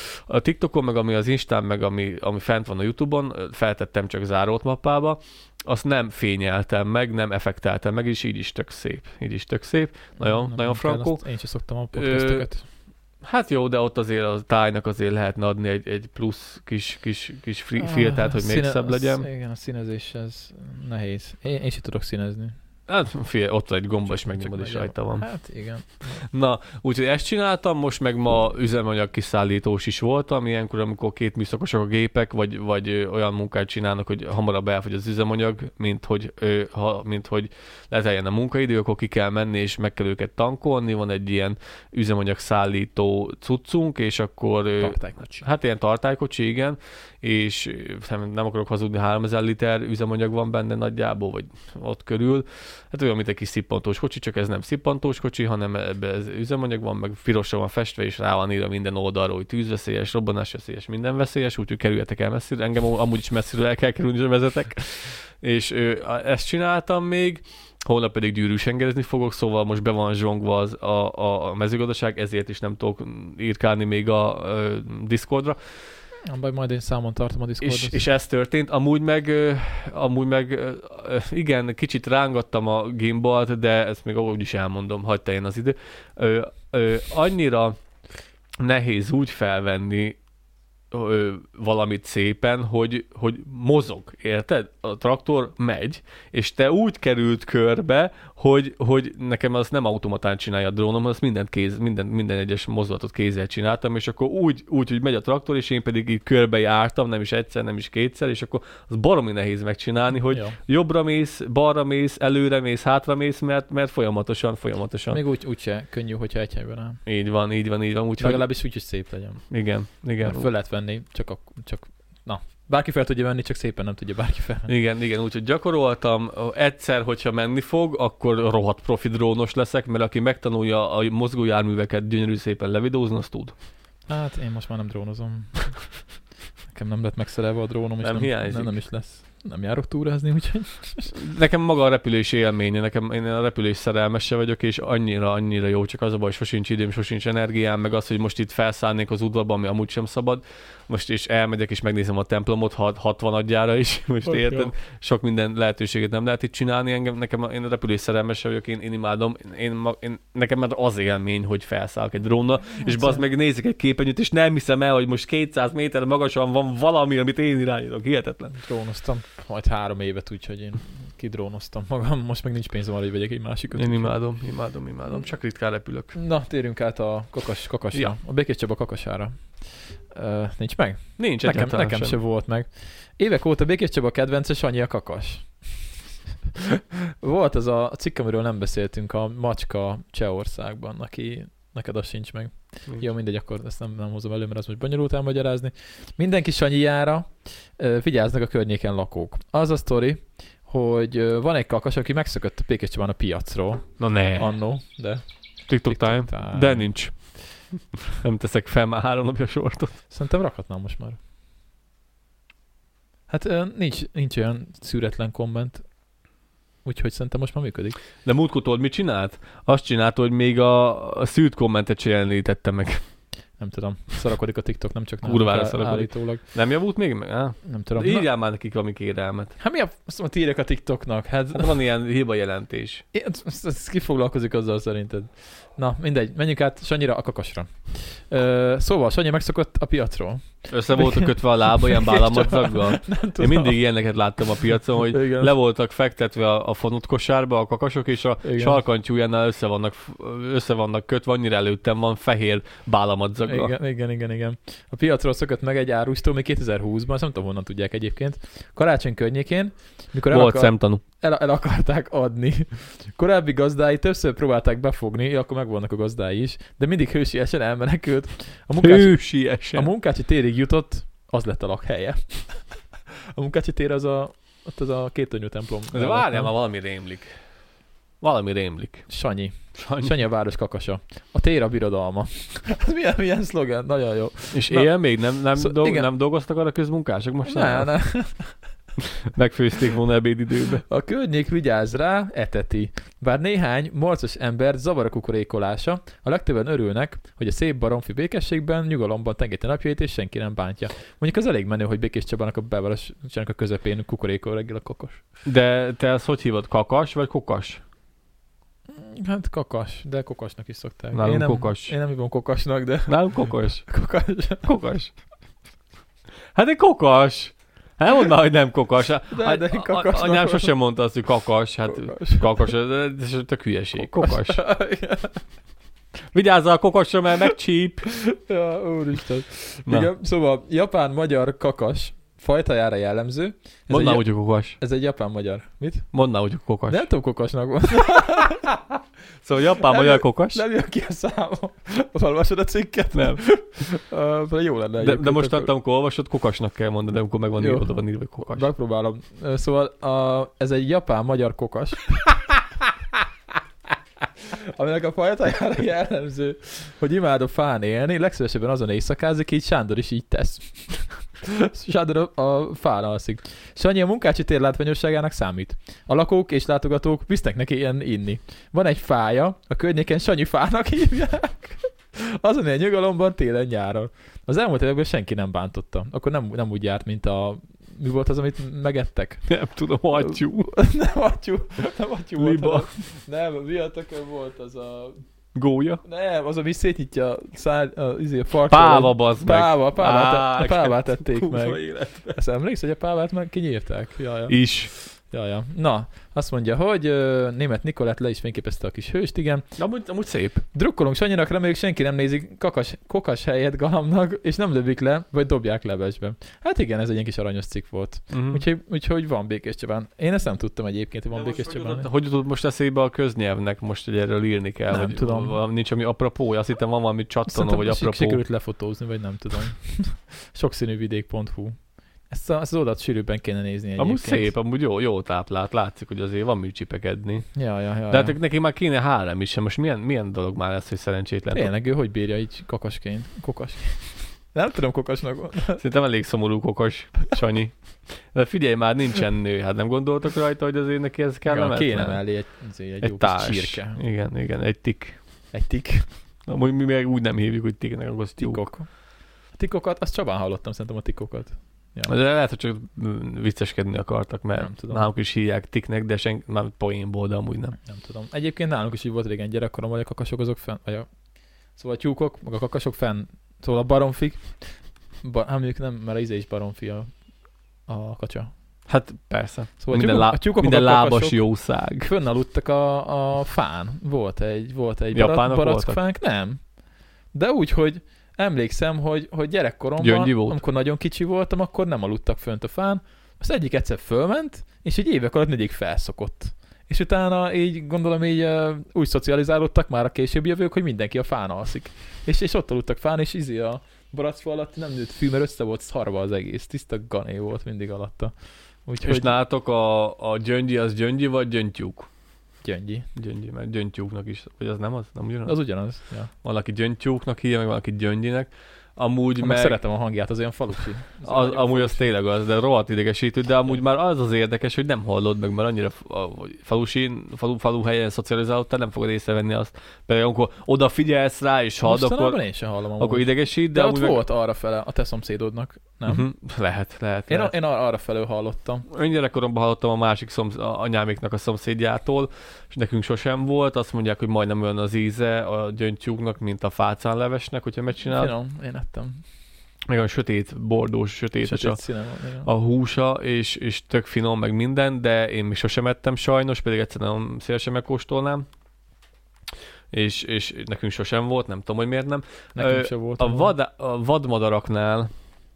a TikTokon, meg ami az Instán, meg ami, ami fent van a YouTube-on, feltettem csak zárót mappába, azt nem fényeltem meg, nem effekteltem meg, és így is tök szép. Így is tök szép. Nagyon, nem, nagyon nem frankó. Azt, én sem szoktam a podcastöket. Hát jó, de ott azért a tájnak azért lehetne adni egy, egy plusz kis, kis, kis filtert, hogy még szebb legyen. Az, igen, a színezés ez nehéz. Én, én sem tudok színezni. Hát figyelj, ott egy gomba, és megnyomod, és rajta van. Hát igen. Na, úgyhogy ezt csináltam, most meg ma üzemanyag kiszállítós is voltam, ilyenkor, amikor két műszakosak a gépek, vagy, vagy ö, olyan munkát csinálnak, hogy hamarabb elfogy az üzemanyag, mint hogy, ö, ha, mint hogy leteljen a munkaidő, akkor ki kell menni, és meg kell őket tankolni, van egy ilyen üzemanyag szállító cuccunk, és akkor... Ö, tartálykocsi. Hát ilyen tartálykocsi, igen, és nem akarok hazudni, háromezer liter üzemanyag van benne nagyjából, vagy ott körül. Hát olyan, mint egy kis szippantós kocsi, csak ez nem szippantós kocsi, hanem ebben ez üzemanyag van, meg pirosra van festve, és rá van írva minden oldalról, hogy tűzveszélyes, robbanásveszélyes, minden veszélyes, úgyhogy kerüljetek el messzire. Engem amúgy is messziről el kell kerülni, hogy vezetek. És ö, ezt csináltam még, holnap pedig gyűrűsengerezni fogok, szóval most be van zsongva az, a, a, a mezőgazdaság, ezért is nem tudok írkálni még a, a Discordra. Nem baj, majd én számon tartom a Discordot. És, és ez történt. Amúgy meg, amúgy meg igen, kicsit rángattam a gimbalt, de ezt még úgy is elmondom, hagyd teljen az idő. Ö, ö, annyira nehéz úgy felvenni ö, valamit szépen, hogy, hogy mozog, érted? A traktor megy, és te úgy került körbe, hogy, hogy nekem az nem automatán csinálja a drónom, az mindent kéz, minden, minden egyes mozdulatot kézzel csináltam, és akkor úgy, úgy, hogy megy a traktor, és én pedig így körbe jártam, nem is egyszer, nem is kétszer, és akkor az baromi nehéz megcsinálni, hogy ja. jobbra mész, balra mész, előre mész, hátra mész, mert, mert folyamatosan, folyamatosan. Még úgy, úgyse könnyű, hogyha egy helyben áll. Így van, így van, így van. Úgy, legalábbis úgy, hogy szép legyen. Igen, igen. Mert föl lehet venni, csak, a, csak na, Bárki fel tudja venni, csak szépen nem tudja bárki fel. Igen, igen, úgyhogy gyakoroltam. Egyszer, hogyha menni fog, akkor rohadt profi drónos leszek, mert aki megtanulja a mozgójárműveket gyönyörű szépen levidózni, azt tud. Hát én most már nem drónozom. Nekem nem lett megszerelve a drónom, és Nem nem, hiányzik. nem, nem is lesz. Nem járok túrázni, úgyhogy... Nekem maga a repülés élménye, nekem én a repülés szerelmese vagyok, és annyira, annyira jó, csak az a baj, sosincs időm, sosincs energiám, meg az, hogy most itt felszállnék az udvarba, ami amúgy sem szabad. Most is elmegyek, és megnézem a templomot hatvanadjára is, most Okay. érted? Sok minden lehetőséget nem lehet itt csinálni engem, nekem én a repülés szerelmese vagyok, én, én imádom, én, én, én, nekem már az élmény, hogy felszállok egy drónnal, és bazd meg nézik egy képernyőt, és nem hiszem el, hogy most kétszáz méter magasan van valami, amit én irányítok, hihetetlen. Drónoztam majd három évet, úgyhogy én kidrónoztam magam. Most meg nincs pénzem arra, hogy vegyek egy másikat. Én imádom, imádom, imádom, csak ritkán repülök. Na, térjünk át a kakas, kakasra. Ja. A Békés Csaba kakasára. Uh, nincs meg? Nincs Nekem, egyáltalán nekem sem. se volt meg. Évek óta Békés Csaba kedvence Sanyi a kakas. Volt az a cikk, amiről nem beszéltünk, a macska Csehországban, aki neked az sincs meg. Nincs. Jó, mindegy, akkor ezt nem, nem hozom elő, mert az most bonyolult elmagyarázni. Mindenki Sanyijára ö, vigyáznak a környéken lakók. Az a sztori, hogy ö, van egy kakas, aki megszökött a Békés Csabán a piacról. Na ne, Annó, de TikTok time, time. de nincs. Nem teszek fel már három napja sortot. szerintem rakhatnám most már. Hát ö, nincs, nincs olyan szűretlen komment, úgyhogy szerintem most már működik. De múltkor tudod, mit csinált? Azt csinálta, hogy még a, a szűrt kommentet se jelenítette meg. Nem tudom, szarakodik a TikTok, nem csak Kurvára nálunk szarakodik. állítólag. Nem javult még meg? Á? Nem tudom. Na, Írjál már nekik valami kérelmet. hát mi a azt írjak a TikToknak? Hát, Hát van ilyen hiba jelentés. Én- ez- ez ki foglalkozik azzal szerinted? Na, mindegy, menjünk át Sanyira, a kakasra. Ö, szóval, Sanyi megszokott a piacról. Össze voltak kötve a lába ilyen bálamadzaggal. Nem Én tudom. mindig ilyeneket láttam a piacon, hogy Igen. le voltak fektetve a, a fonott kosárba a kakasok, és a Igen. sarkantyújánál össze vannak, össze vannak kötve, annyira előttem van fehér bálamadzaggal. Igen, igen, igen, igen. A piacról szökött meg egy árustól még kétezer-húszban, ezt nem tudom, honnan tudják egyébként. Karácsony környékén, mikor el, Volt akar, szemtanú. el, el akarták adni. Korábbi gazdái többször próbálták befogni, akkor megvannak a gazdái is, de mindig hősiesen elmenekült. A munkási, Hősiesen. a munkácsi térig jutott, az lett a lakhelye. A munkácsi tér az a, ott az a kétonyú templom. De várjál, már valami rémlik. Valami rémlik. Sanyi. Sanyi. Sanyi a város kakasa. A tér a birodalma. Ez milyen, milyen szlogen? Nagyon jó. És Na. él még? Nem, nem, Szó- dolg, igen. nem dolgoztak arra közmunkások most? Ne, ne. Megfőzték volna ebédidőbe. A környék vigyáz rá, eteti. Bár néhány morcos ember zavar a kukorékolása, a legtöbben örülnek, hogy a szép baromfi békességben, nyugalomban tengeti napjait, és senki nem bántja. Mondjuk az elég menő, hogy Békés Csabának a belvárosnak a közepén kukorékol reggel a kakas. De te ezt hogy hívod? Kakas vagy kokas? Hát kakas, de kokasnak is szokták. Nálunk én nem, kokas. Én nem hívom kokasnak, de Nálunk kokas. kokas. Kokas. Hát egy kokas. Hát mondd már, hogy nem kokas. De- de én A- a- kakasnak Anyám mondom. sosem mondta azt, hogy kakas. Hát Kokas. kakas, ez tök hülyeség. Kokas. Vigyázzál a kokasra, mert megcsíp. Ja, úristen. Na. Igen, szóval japán-magyar kakas fajtájára jellemző. Ez Mondd már egy, úgy, hogy kokas. ez egy japán-magyar. Mit? Mondd már úgy, hogy kokas. Nem tudom kokasnak van. Szóval japán Nem magyar jön- kokas. Nem jön ki a számom. Olvasod a cikket? Nem. Uh, jó lenne. De, egyébként, de most, akkor- amikor olvasod, kokasnak kell mondani, de amikor meg van Jó. írva, oda van írva, hogy kokas. Megpróbálom. Ö, Szóval a, ez egy japán-magyar kokas. Aminek a fajtájára jellemző, hogy imád a fán élni, legszívesebben azon éjszakázik, így Sándor is így tesz. Sándor a, a fán alszik. Sanyi a munkácsi tér látványosságának számít. A lakók és látogatók visznek neki ilyen inni. Van egy fája, a környéken Sanyi fának hívják. Azon él nyugalomban télen-nyáron. Az elmúlt években senki nem bántotta. Akkor nem, nem úgy járt, mint a... Mi volt az, amit megettek? Nem tudom, hattyú. nem atyú, nem atyú volt. Liba. hanem- Nem, a viatakon volt az a... Gólya. Nem, az, ami szétnyitja a, száj, a, izé, a farkról. Páva, bazd meg. Páva, a pávát, Á, a pávát tették kurva meg. életbe. Ezt emléksz, hogy a pávát meg kinyírták? Jaja. Is. Jaja. Na, azt mondja, hogy ö, német Nikolát le is fényképezte a kis hőst, igen. De amúgy, amúgy szép. Drukkolunk Sanyinak, reméljük senki nem nézi kakas, kokas helyet galamnak, és nem lövik le, vagy dobják levesbe. Hát igen, ez egy ilyen kis aranyos cikk volt. Uh-huh. Úgyhogy, úgyhogy van Békés Csabán. Én ezt nem tudtam egyébként, hogy van Békés hogy Csabán. jutott, hogy jutott most eszébe a köznyelvnek most, hogy erről írni kell? Nem hogy tudom. valami- Nincs ami apropója, azt hittem van valami csattanó, vagy Szerintem apropó. sikerült lefotózni, vagy nem tudom. Sokszínűvidék pont hu. Ezt, a, ezt az oldalt sűrűbben kéne nézni egyébként. Amúgy szép, amúgy jó, jó táplált, látszik, hogy azért van mit csipekedni. Ja, ja, ja. De hát ja. neki már kéne három is, most milyen, milyen dolog már ez, hogy szerencsétlen. Tényleg ő hogy bírja így kakasként? Kokasként. Nem tudom kokasnak gondolni. Szerintem elég szomorú kokos, Sanyi. De figyelj már, nincsen nő. Hát nem gondoltok rajta, hogy azért neki ez kellemetlen? Kéne mellé egy, egy, egy, egy jó társ. csirke. Igen, igen, egy tik. Egy tik. Amúgy mi még úgy nem hívjuk, hogy tiknek, akkor az tyúk. Tikok. A tikokat, azt Csabán hallottam szerintem a tikokat. Ja. De lehet, hogy csak vicceskedni akartak, mert Nem tudom. nálunk is hívják tiknek, de sen, már poénból, de amúgy nem. Nem tudom. Egyébként nálunk is így volt régen gyerekkorom, vagy a kakasok azok fenn, vagy a... Szóval a tyúkok, meg a kakasok fenn, szóval a baromfik, ba... hát mondjuk nem, mert az izé is baromfi a, a kacsa. Hát persze. Szóval Minden, a tyúkok, lá... a tyúkok minden a lábas kakasok jószág. fönn a, a fán. Volt egy, volt egy Japánok barackfánk, nem. De úgy, hogy emlékszem, hogy, hogy gyerekkoromban, Gyöngyi volt? amikor nagyon kicsi voltam, akkor nem aludtak fönt a fán. Az egyik egyszer fölment, és egy évek alatt mindig felszokott. És utána így gondolom így uh, úgy szocializálódtak már a későbbi jövők, hogy mindenki a fán alszik. És, és ott aludtak fán, és izé a barackfa alatt nem nőtt fű, mert össze volt szarva az egész. Tiszta gané volt mindig alatta. Úgyhogy És nálatok a, a gyöngyi az gyöngyi vagy gyöngytyúk? gyöngyi. Gyöngyi, mert gyöngytyúknak is, vagy az nem az? Nem ugyanaz? Az ugyanaz. Ja. Valaki gyöngytyúknak hívja, meg valaki gyöngyinek. Amúgy Meg meg... szeretem a hangját, az olyan falusi. Az, amúgy az tényleg az, de rohadt idegesítő, de amúgy már az az érdekes, hogy nem hallod meg, mert annyira falusi, falu, falu helyen szocializálódtál, nem fogod észrevenni azt. Például amikor odafigyelsz rá és hallod, akkor, én sem hallom. akkor idegesít, de, de amúgy ott volt arra fele, a te szomszédodnak, nem? Uh-huh. Lehet, lehet. Én, lehet. én arra felől hallottam. Én gyerekkoromban hallottam a másik szomsz, a anyáméknak a szomszédjától, és nekünk sosem volt. Azt mondják, hogy majdnem olyan az íze a gyöngytyúknak, mint a fácánlevesnek, hogyha megcsinálod. Finom, én ettem. Meg a sötét, bordós, sötétes Sötét a, színe van, a húsa, és, és tök finom, meg minden, de én még sosem ettem sajnos, pedig egyszer nagyon szívesen megkóstolnám. És, és nekünk sosem volt, nem tudom, hogy miért nem. Nekünk Ö, sem volt. A, vad, a vadmadaraknál,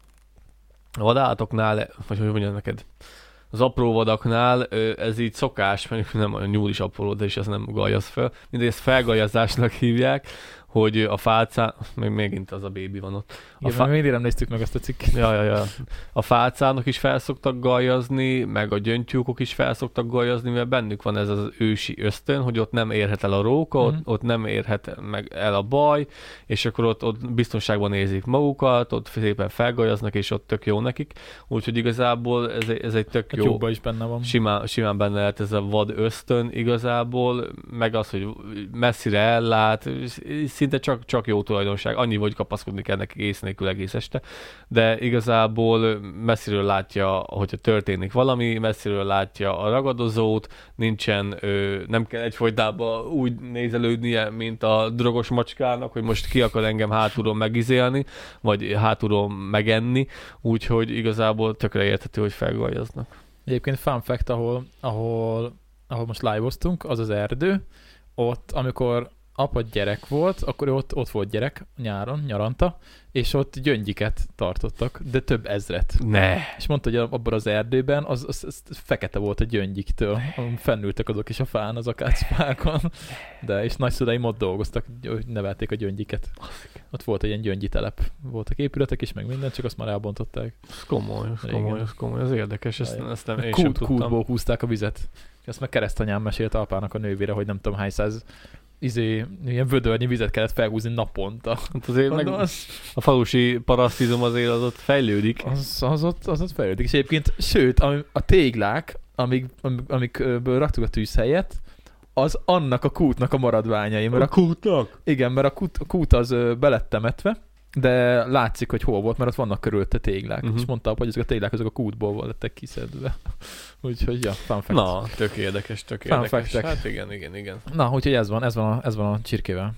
a vadállatoknál, vagy hogy mondjam neked, az apró vadaknál ez így szokás, mert nem a nyúl is apró, de is ez nem gajaz fel. Mindegy, ezt felgajazásnak hívják, hogy a fácán, még megint az a bébi van ott. A Igen, fá... mindig nem néztük meg azt a cikket. Ja, ja, ja. A fácának is felszoktak gajazni, meg a gyöngytyúkok is felszoktak gajazni, mert bennük van ez az ősi ösztön, hogy ott nem érhet el a róka, mm. ott, ott nem érhet meg el a baj, és akkor ott, ott biztonságban érzik magukat, ott szépen felgajaznak, és ott tök jó nekik. Úgyhogy igazából ez, ez egy tök a jó... tyúkban is benne van. Simán, simán benne lehet ez a vad ösztön igazából, meg az, hogy messzire ellát, szinte csak, csak jó tulajdonság. Annyi, hogy kapaszkodni kell neki ész nélkül egész este, de igazából messziről látja, hogyha történik valami, messziről látja a ragadozót, nincsen, ö, nem kell egyfolytában úgy nézelődnie, mint a drogos macskának, hogy most ki akar engem hátulról megizélni, vagy hátulról megenni, úgyhogy igazából tökre érthető, hogy felgajaznak. Egyébként fun fact, ahol, ahol, ahol most live-oztunk, az az erdő, ott amikor apa gyerek volt, akkor ott, ott volt gyerek nyáron, nyaranta, és ott gyöngyiket tartottak, de több ezret. Ne. És mondta, hogy abban az erdőben az, az, az fekete volt a gyöngyiktől, fennültek azok is a fán, az akácfákon, de és nagyszüleim ott dolgoztak, hogy nevelték a gyöngyiket. Ott volt egy ilyen gyöngyi telep. Voltak épületek is, meg minden, csak azt már elbontották. Ez komoly, ez komoly, ez komoly, ez érdekes, ezt, ezt nem, én Kút, sem tudtam. Kútból húzták a vizet. És azt meg keresztanyám mesélt apának a nővére, hogy nem tudom hány száz izé, ilyen vödörnyi vizet kellett felhúzni naponta. Hát azért meg az... a falusi parasztizum azért az ott fejlődik. Az, az, ott, az ott fejlődik. És egyébként, sőt, a, a téglák, amik, amikből raktuk a tűz helyett, az annak a kútnak a maradványai. Mert a, a kútnak? Igen, mert a kút, a kút az be lett temetve, de látszik, hogy hol volt, mert ott vannak körülötte téglák. Uh-huh. És mondta, hogy ezek a téglák azok a kútból lettek kiszedve. Úgyhogy, ja, fun fact. Na, tök érdekes, tök fun érdekes. Fact-ek. Hát igen, igen, igen. Na, úgyhogy ez van, ez van a, ez van a csirkével.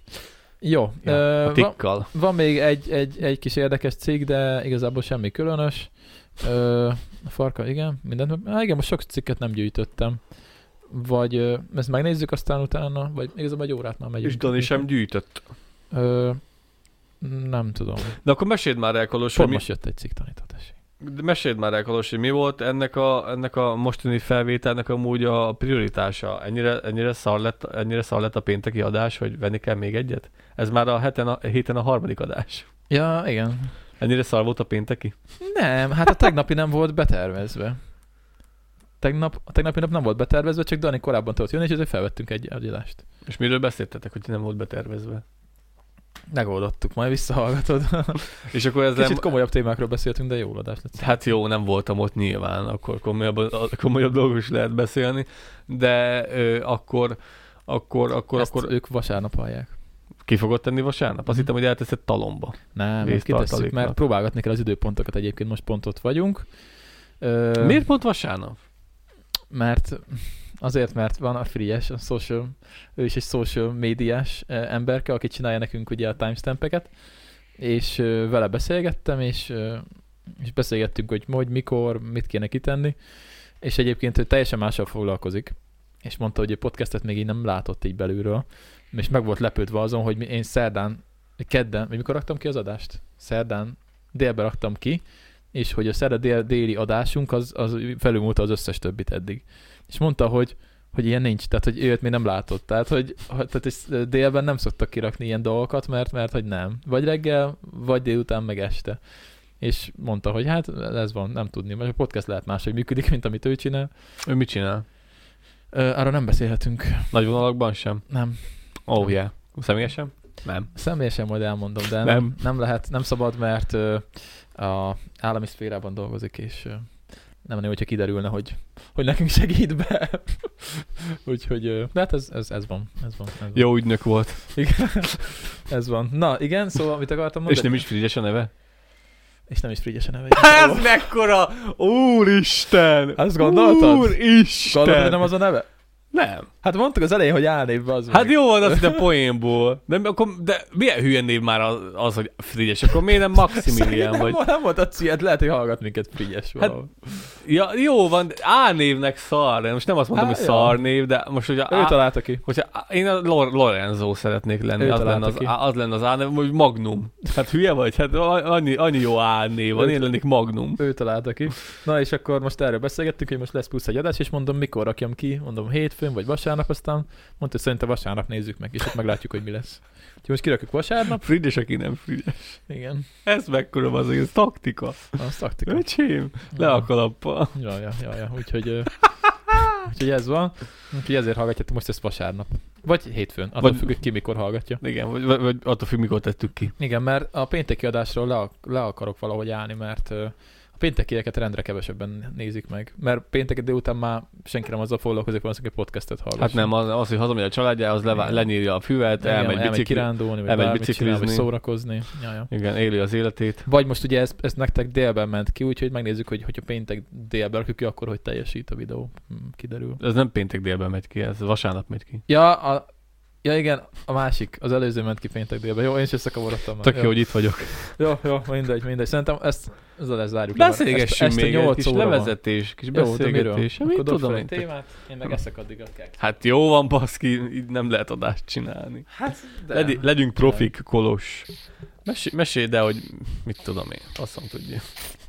Jó. Ja, uh, a tikkal. Van, van még egy, egy, egy kis érdekes cikk, de igazából semmi különös. Uh, a farka, igen, mindent. Há, igen, most sok cikket nem gyűjtöttem. Vagy uh, ezt megnézzük aztán utána, vagy igazából egy órát már megyünk. És Dani sem gyűjtött. Uh, nem tudom. De akkor meséld már el, Kolos, Pont hogy most mi... jött egy cikk, tanítatás. De meséld már el, Kolos, hogy mi volt ennek a, ennek a mostani felvételnek amúgy a prioritása? Ennyire, ennyire, szar lett, ennyire szar lett a pénteki adás, hogy venni kell még egyet? Ez már a heten a, héten a harmadik adás. Ja, igen. Ennyire szar volt a pénteki? Nem, hát a tegnapi nem volt betervezve. Tegnap, a tegnapi nap nem volt betervezve, csak Dani korábban tudott jönni, és ezért felvettünk egy adást. És miről beszéltetek, hogy nem volt betervezve? Megoldottuk, majd visszahallgatod. És akkor ezzel... Kicsit komolyabb témákról beszéltünk, de jó adás lett. Hát jó, nem voltam ott nyilván, akkor komolyabb, komolyabb dolgok is lehet beszélni, de ö, akkor, akkor, akkor, Ezt akkor... ők vasárnap hallják. Ki fogod tenni vasárnap? Azt hittem, hogy elteszed talomba. Nem, ezt kitesszük, mert próbálgatni kell az időpontokat, egyébként most pont ott vagyunk. Ö... Miért pont vasárnap? Mert azért, mert van a Frigyes, a social, ő is egy social médiás emberke, aki csinálja nekünk ugye a timestampeket, és vele beszélgettem, és, és beszélgettünk, hogy hogy, mikor, mit kéne kitenni, és egyébként ő teljesen mással foglalkozik, és mondta, hogy a podcastet még így nem látott így belülről, és meg volt lepődve azon, hogy én szerdán, kedden, vagy mikor raktam ki az adást? Szerdán délben raktam ki, és hogy a szerda dél, déli adásunk az, az felülmúlta az összes többit eddig. És mondta, hogy, hogy ilyen nincs, tehát hogy őt még nem látott. Tehát, hogy tehát délben nem szoktak kirakni ilyen dolgokat, mert, mert hogy nem. Vagy reggel, vagy délután, meg este. És mondta, hogy hát ez van, nem tudni. Mert a podcast lehet máshogy működik, mint amit ő csinál. Ő mit csinál? Arra nem beszélhetünk. Nagy vonalakban sem? Nem. Oh, yeah. Személyesen? Nem. Személyesen majd elmondom, de nem, nem, nem lehet, nem szabad, mert uh, a állami szférában dolgozik, és uh, nem menő, hogyha kiderülne, hogy, hogy nekünk segít be. Úgyhogy, uh, de hát ez, ez, ez van. Ez van, ez van. Jó ügynök volt. Igen. Ez van. Na, igen, szóval mit akartam mondani? És nem is Frigyes a neve? És nem is Frigyes a neve. Ez mekkora! Úristen! Azt gondoltad? Úristen! Gondoltad, hogy nem az a neve? Nem. Hát mondtuk az elején, hogy álnévbe az. Hát meg. Jó van, azt hittem poénból. De, akkor, de milyen hülyen név már az, az hogy Frigyes? Akkor miért nem Maximilian nem, vagy? Nem volt a cihet, lehet, hogy hallgat minket Frigyes valahol. Hát, ja, jó van, álnévnek szar, de most nem azt mondom, Há, hogy ja. szar név, de most hogy ő találta ki. Hogyha én a Lorenzo szeretnék lenni, az lenne az, az lenne az álnév, vagy Magnum. Hát hülye vagy? Hát annyi, annyi jó álnév van, én lennék Magnum. Ő találta ki. Na és akkor most erről beszélgettünk, hogy most lesz plusz egy adás, és mondom, mikor rakjam ki, mondom hétfőn vagy vasárnap, aztán mondta, hogy szerintem vasárnap nézzük meg, és ott meglátjuk, hogy mi lesz. Úgyhogy most kirakjuk vasárnap. Frigyes, aki nem Frigyes. Igen. Ez mekkora az, ez taktika. Az taktika. Öcsém, le a kalappal. Ja, ja, ja, ja. Úgyhogy, uh, úgyhogy ez van. Úgyhogy ezért hallgatjátok most ezt vasárnap. Vagy hétfőn, attól vagy, függ, hogy ki mikor hallgatja. Igen, vagy, vagy attól függ, mikor tettük ki. Igen, mert a pénteki adásról le, le akarok valahogy állni, mert uh, a péntekieket rendre kevesebben nézik meg. Mert pénteki délután már senki nem azzal foglalkozik, valószínűleg egy podcastet hallgasson. Hát nem, az, az hogy hazamegy a családjához, levá, lenyírja a füvet, igen, elmegy, elmegy bicikli, kirándulni, vagy elmegy bármit csinál, vagy szórakozni. Ja, ja. Igen, éli az életét. Vagy most ugye ez, ez nektek délben ment ki, úgyhogy megnézzük, hogy hogyha péntek délben rakjuk ki, akkor hogy teljesít a videó. Kiderül. Ez nem péntek délben megy ki, ez vasárnap megy ki. Ja, a, ja igen, a másik, az előző ment ki péntek délben. Jó, én is összekavarodtam. Tök jó, hogy itt vagyok. Jó, jó, mindegy, mindegy. Szerintem ezt ezzel lezárjuk. Beszélgessünk ezt, még egy kis levezetés, kis jó, beszélgetés. Mit tudom én? Témát, én meg eszek addig a kell. Hát jó van, baszki, így nem lehet adást csinálni. Hát, de... Ledy, legyünk profik, Kolos. Mesélj, mesélj, de hogy mit tudom én, azt nem tudja.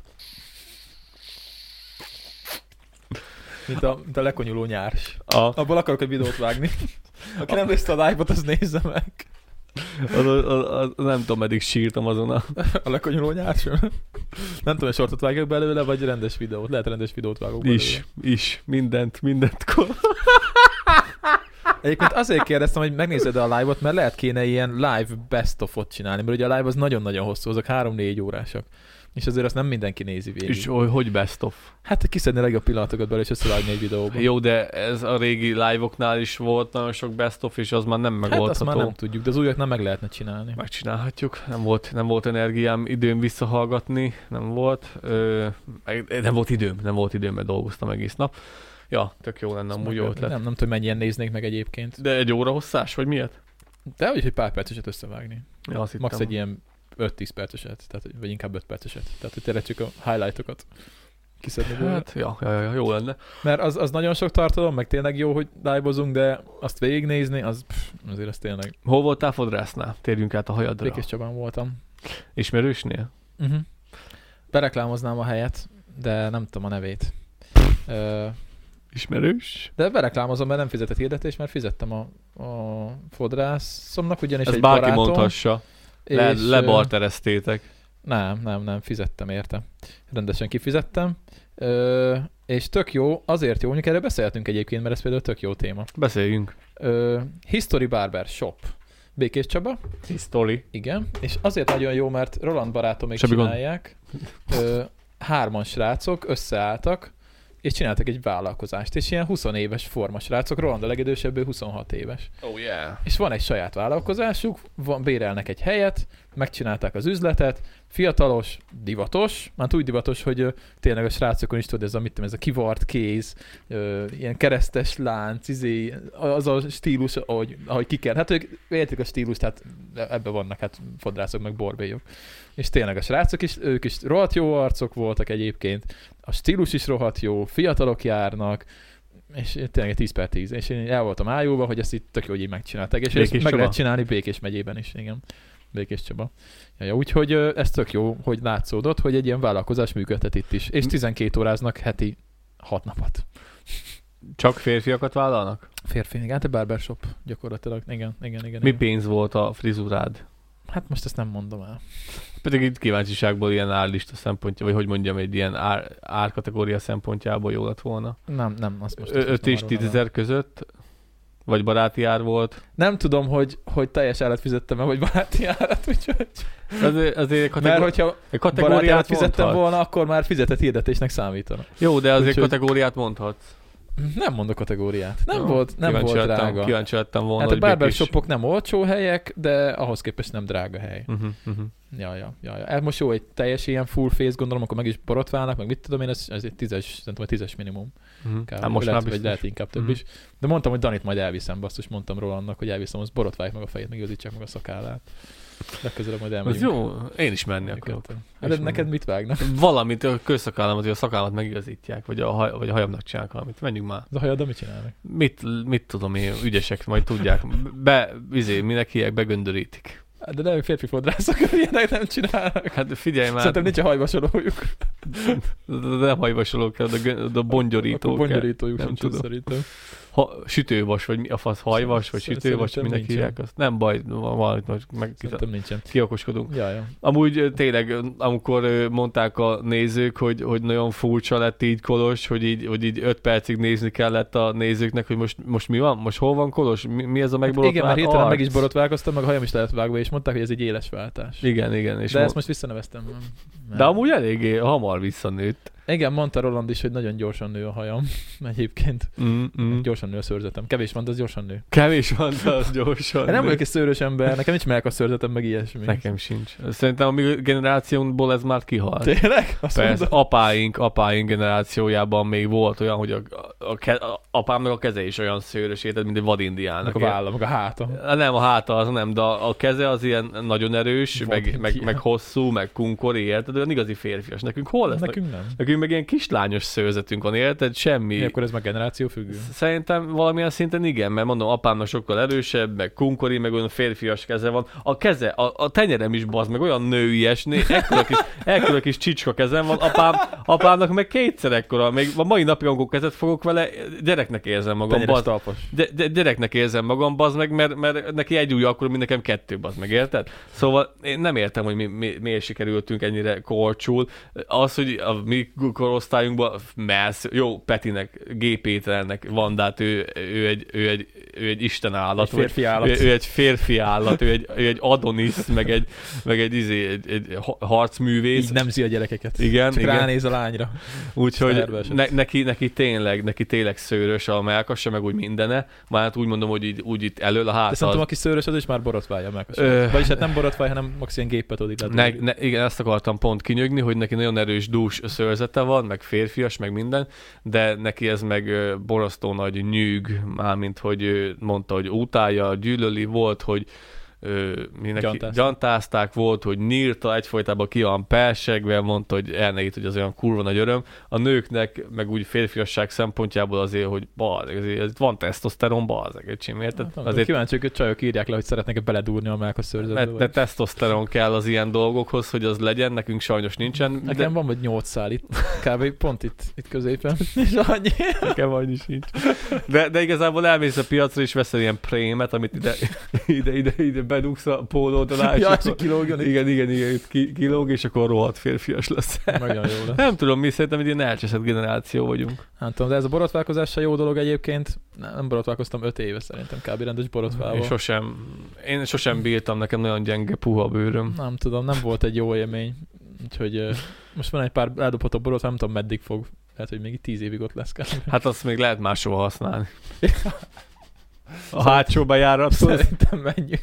Mint a, mint a lekonyuló nyárs. A... Abból akarok egy videót vágni. Aki a... nem nézte a live-ot, az nézze meg. Az, az, az, az, nem tudom, meddig sírtam azon a... A lekonyuló nyársról. Nem tudom, hogy sortot vágjak belőle, vagy rendes videót. Lehet rendes videót vágok belőle. Is, is. Mindent, mindent. Egyébként azért kérdeztem, hogy megnézed a live-ot, mert lehet kéne ilyen live best of-ot csinálni, mert ugye a live az nagyon-nagyon hosszú, azok három-négy órásak. És azért azt nem mindenki nézi végig. És hogy best of? Hát kiszedni a legjobb pillanatokat belőle, és összevágni egy videóba. Jó, de ez a régi live-oknál is volt nagyon sok best of, és az már nem megoldható. Hát azt már nem tudjuk, de az újak nem meg lehetne csinálni. Megcsinálhatjuk. Nem volt, nem volt energiám, időm visszahallgatni, nem volt. Ö, nem volt időm, nem volt időm, mert dolgoztam egész nap. Ja, tök jó lenne, amúgy jó ötlet. Nem, nem tudom, mennyien néznék meg egyébként. De egy óra hosszás, vagy miért? De hogy egy pár perceset összevágni. Ja, azt max egy ilyen öt-tíz perceset, tehát, vagy inkább öt perceset. Tehát, hogy tényleg csak a highlightokat kiszedni bőle. Hát, ja, ja, ja, jó lenne. Mert az, az nagyon sok tartalom, meg tényleg jó, hogy live-ozunk, de azt végignézni, az pff, azért az tényleg... Hol voltál fodrásznál? Térjünk át a hajadra. Békés Csabán voltam. Ismerősnél? Uh-huh. Bereklámoznám a helyet, de nem tudom a nevét. uh, Ismerős? De bereklámozom, mert nem fizetett hirdetés, mert fizettem a, a fodrászomnak, ugyanis ezt egy bárki barátom. mondhassa. Le, lebartereztétek. Nem, nem, nem, fizettem érte. Rendesen kifizettem. Ö, és tök jó, azért jó, mondjuk erről beszélhetünk egyébként, mert ez például tök jó téma. Beszéljünk. Ö, History Barber Shop. Békés Csaba. History. Igen, és azért nagyon jó, mert Roland barátom még Semmi csinálják. Ö, hárman srácok összeálltak, és csináltak egy vállalkozást, és ilyen húsz éves forma srácok, Roland a legidősebb, ő huszonhat éves. Oh yeah. És van egy saját vállalkozásuk, van, bérelnek egy helyet, megcsinálták az üzletet, fiatalos, divatos, már úgy divatos, hogy ö, tényleg a srácokon is tudod, ez a, mit tudom, ez a kivart kéz, ö, ilyen keresztes lánc, izé, az a stílus, ahogy, ahogy ki kell. Hát ők értik a stílust, tehát ebben vannak hát fodrászok, meg borbélyok. És tényleg a srácok is, ők is rohadt jó arcok voltak egyébként, a stílus is rohadt jó, fiatalok járnak, és tényleg tíz per tíz. És én el voltam ájulva, hogy ezt itt tök jó, hogy így megcsinálták. És ezt meg lehet csinálni Békés megyében is, igen. Békés Csaba. Ja, ja, úgyhogy ez tök jó, hogy látszódott, hogy egy ilyen vállalkozás működhet itt is. És tizenkét óráznak heti hat napot. Csak férfiakat vállalnak? Férfi, igen, hát a barbershop gyakorlatilag. Igen, igen, igen. Mi igen. pénz volt a frizurád? Hát most ezt nem mondom el. Pedig itt kíváncsiságból ilyen árlista szempontja, vagy hogy mondjam, egy ilyen ár, árkategória szempontjából jó lett volna. Nem, nem, azt most... öt és tízezer között? Vagy baráti ár volt? Nem tudom, hogy, hogy teljes árat fizettem el, vagy baráti árat, úgyhogy... Azért, azért kategóri... Mert hogyha baráti árat fizettem mondhat. volna, akkor már fizetett hirdetésnek számítana. Jó, de azért úgyhogy... kategóriát mondhatsz. Nem mondok kategóriát. Nem Jó, volt, nem volt lettem, drága. Kíváncsi lettem volna, hát a barbershopok is... nem olcsó helyek, de ahhoz képest nem drága hely. Uh-huh, uh-huh. Ja, ja, ja, ja. Ez most jó, egy teljes ilyen full face, gondolom, akkor meg is borotválnak, meg mit tudom én, ez, ez egy tízes, szerintem egy tízes minimum. Uh-huh. Kár, hát most lehet, már vagy lehet inkább több uh-huh. is. De mondtam, hogy Danit majd elviszem, basszus, mondtam Rolandnak, hogy elviszem, az borotválják meg a fejét, meg igazítsák meg a szakállát. Legközelebb majd elmegyünk. Az jó, én is menni akarok. Hát de neked mit vágnak? Valamit, a közszakállamat, vagy a szakállat megigazítják, vagy a, haj, vagy a hajamnak csinálnak valamit. Menjünk már. Az a hajaddal mit csinálnak? Mit, mit tudom én, ügyesek, majd tudják. Be, izé, minek hívják, begöndörítik. De nem férfi fodrászok, ilyenek nem csinálnak. Hát figyelj már. Szerintem nincs a hajvasolójuk. De nem hajvasolók kell, de, de bongyorítók. Bongyorítójuk nem tudom. Szerintem. Ha, sütővas, vagy mi a fasz, hajvas, vagy sütővas, minek hívják azt. Nem baj, valamit most meg kiokoskodunk. Ja, ja. Amúgy tényleg, amikor mondták a nézők, hogy, hogy nagyon furcsa lett így Kolos, hogy így, hogy így öt percig nézni kellett a nézőknek, hogy most, most mi van? Most hol van Kolos? Mi, mi ez a megborotvált hát igen, már hirtelen arc? meg is borotválkoztam, meg a hajam is lett vágva, és mondták, hogy ez egy éles váltás. Igen, igen. És de mond... ezt most visszaneveztem. De amúgy eléggé hamar visszanőtt. Igen, mondta Roland is, hogy nagyon gyorsan nő a hajam egyébként. Mm, mm. Gyorsan nő a szőrzetem. Kevés van, de az gyorsan nő. Kevés van, de az gyorsan nő. Nem vagyok egy szőrös ember, nekem nincs melk a szőrzetem, meg ilyesmi. Nekem sincs. Szerintem a mi generációnkból ez már kihalt. Tényleg? Persze, apáink, apáink generációjában még volt olyan, hogy a, a, a, a apámnak a keze is olyan szőrös, érted, mint egy vadindiának. A válla, meg a háta. Nem, a háta az nem, de a keze az ilyen nagyon erős, meg, meg, meg hosszú, meg kunkori, érted, olyan igazi férfias. Nekünk hol lesz? Nekünk nem. Nekünk meg ilyen kislányos szőrzetünk van, érted? Semmi. Mi, akkor ez már generáció függő? Szerintem valamilyen szinten igen, mert mondom, apámnak sokkal erősebb, meg kunkori, meg olyan férfias keze van. A keze, a, a tenyerem is bazd, meg olyan nőies, ekkora kis, ekkora kis csicska kezem van, apám, apámnak meg kétszer ekkora, még a mai napig, amikor kezet fogok vele, gyereknek érzem magam, bazd. De, de, gyereknek érzem magam, bazd meg, mert, mert neki egy ujja akkor, mint nekem kettő, bazd meg, érted? Szóval én nem értem, hogy mi, mi, miért sikerültünk ennyire korcsul. Az, hogy a mi korosztályunkban Melsz, jó, Petinek, G. Péternek van, de hát ő, ő, egy, ő, egy, ő egy isten állat. Egy férfi állat. Ő, ő egy férfi állat, ő egy, ő egy Adonis, meg egy, meg egy, izé, egy, egy harcművész. Így nemzi a gyerekeket. Igen, csak igen. Ránéz a lányra. Úgyhogy ne, neki, neki, tényleg, neki tényleg szőrös a melkasa, meg úgy mindene. Már hát úgy mondom, hogy így, úgy itt elől a háta. De szerintem, aki szőrös, az is már borotválja a melkasát. Vagyis hát nem borotválja, hanem max ilyen géppet odik. Ne, ne, igen, ezt akartam pont kinyögni, hogy neki nagyon erős dús szőrzete van, meg férfias, meg minden, de neki ez meg borzasztó nagy nyűg, mármint hogy mondta, hogy utálja, gyűlöli, volt, hogy mindenki gyantázták, volt, hogy nyírta, egyfolytában ki van persegve, mondta, hogy elnegít, hogy az olyan kurva nagy öröm. A nőknek, meg úgy férfiasság szempontjából azért, hogy balzeg, azért van tesztoszteron, balzeg, öcsém, érted? Hát, azért kíváncsiak, hogy csajok írják le, hogy szeretnek beledúrni a melkas szőrzetbe. De, de tesztoszteron kell az ilyen dolgokhoz, hogy az legyen, nekünk sajnos nincsen. Nekem de... van vagy nyolc szál itt, kb. Pont itt, itt középen, és annyi. Nekem annyi sincs. De, de igazából elmész a piacra, és veszel ilyen prémet, amit ide, ide, ide, ide bedugsz a pólód alá, és Ja, és akkor... kilógjon itt. Igen, igen, igen, itt ki, kilóg, és akkor rohadt férfias lesz. Nagyon jó lesz. Nem tudom, mi szerintem egy ilyen elcseszett generáció vagyunk. Nem tudom, de ez a borotválkozás se jó dolog egyébként. Nem, nem borotválkoztam öt éve szerintem, kb. Rendes borotválva. Én sosem, én sosem bírtam, nekem nagyon gyenge, puha a bőröm. Nem tudom, nem volt egy jó élmény. Úgyhogy uh, most van egy pár eldobható borotva, nem tudom meddig fog. Lehet, hogy még itt tíz évig ott lesz kb. Hát azt még lehet máshova használni. A hátsó bejárathoz. Szerintem menjünk.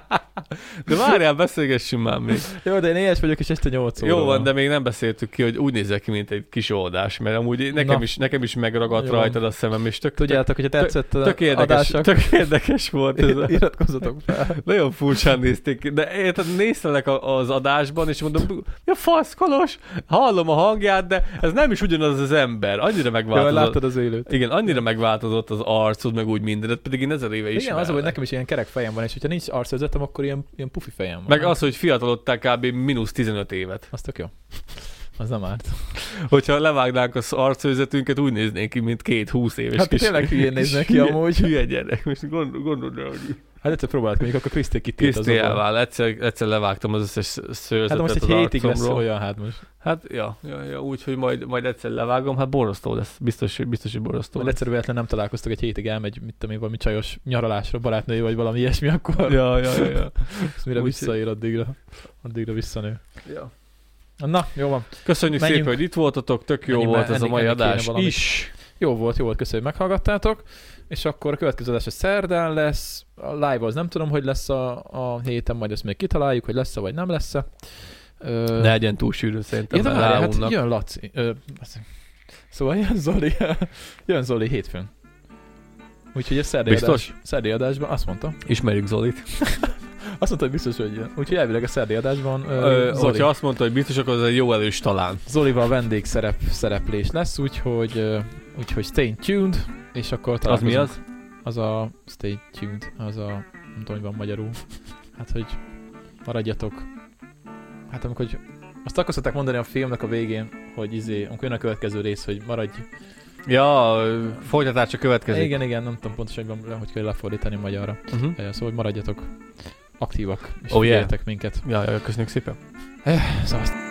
De várjál, beszélgessünk már még. Jó, de én éhes vagyok, és este nyolc óra. Jó van, de még nem beszéltük ki, hogy úgy nézek ki, mint egy kis oldás, mert amúgy nekem, is, nekem is megragadt Jó. rajtad a szemem, és tök, Tudjátok, hogyha tetszett tök, tök, érdekes, adások, tök érdekes volt ez. A... Iratkozzatok fel. Nagyon furcsán nézték, de érted, néztelek az adásban, és mondom, mi a fasz, Kolos? Hallom a hangját, de ez nem is ugyanaz az ember. Annyira megváltozott. Jó, láttad az élőt. Igen, annyira megváltozott az arcod, meg úgy mindenet, pedig én ezer éve is. Igen, az, hogy nekem is ilyen kerek fejem van, és hogyha nincs arcőzetem, akkor ilyen, ilyen pufi fejem van. Meg az, hogy fiatalodtál kb. Mínusz tizenöt évet. Az tök jó. Az nem árt. Hogyha levágnánk az arcőzetünket, úgy néznénk ki, mint két húsz éves hát kis... tényleg hülyén néznek ki amúgy. Hülye gyerek, most gondol, gondold rá, hogy... Hát egyszer próbáltuk, mondjuk akkor Kriszté kitét az Kriszté elvál, egyszer, egyszer levágtam az összes szőrzetet. Hát most egy az hétig lesz arcomról. olyan, hát most. Hát, ja, ja, ja úgy, hogy majd, majd egyszer levágom, hát borzasztó lesz. Biztos, hogy biztos, hogy borzasztó Majd lesz. egyszer véletlen nem találkoztak, egy hétig elmegy, mit tudom én, valami csajos nyaralásra, barátnői vagy valami ilyesmi, akkor Ja, ja, ja. ja. mire Úgy, visszaér addigra. Addigra visszanő. ja. Na, jó van. Köszönjük Menjünk. szépen, hogy itt voltatok, tök jó Menjünk, volt mert ez a enni- mai enni kéne adás valamit. is. Jó volt, jó volt, köszönjük, hogy meghallgattátok. És akkor a következő adás a szerdán lesz. A live az nem tudom, hogy lesz a, a héten, majd ezt még kitaláljuk, hogy lesz-e vagy nem lesz-e. Ö... Ne legyen túl sűrű szerintem, Ja, de mert várjál, hát ráunnak. jön Laci. Ö, szóval jön Zoli. Jön Zoli hétfőn. Úgyhogy a szerdai Biztos? adás, szerdai adásban azt mondta. Ismerjük Zolit. Azt mondta, hogy biztos, hogy jön. Úgyhogy elvileg a szerdai adásban ö, Ö, Zoli. hogyha azt mondta, hogy biztos, akkor az egy jó elős talán. Zolival vendég szerep, szereplés lesz, úgyhogy, ö, úgyhogy stay tuned, és akkor Az találkozunk. mi az? Az a stay tuned, az a, nem tudom, hogy van magyarul. Hát, hogy maradjatok. Hát amikor, hogy azt akkor szokták mondani a filmnek a végén, hogy izé, amikor jön a következő rész, hogy maradj. Ja, folytatás csak következik. Igen, igen, nem tudom pontosan, hogy, van, hogy kell lefordítani magyarra. Uh-huh. Szóval, hogy maradjatok aktívak, és Oh, yeah. figyeljetek minket. Ja, ja, köszönjük szépen. Szóval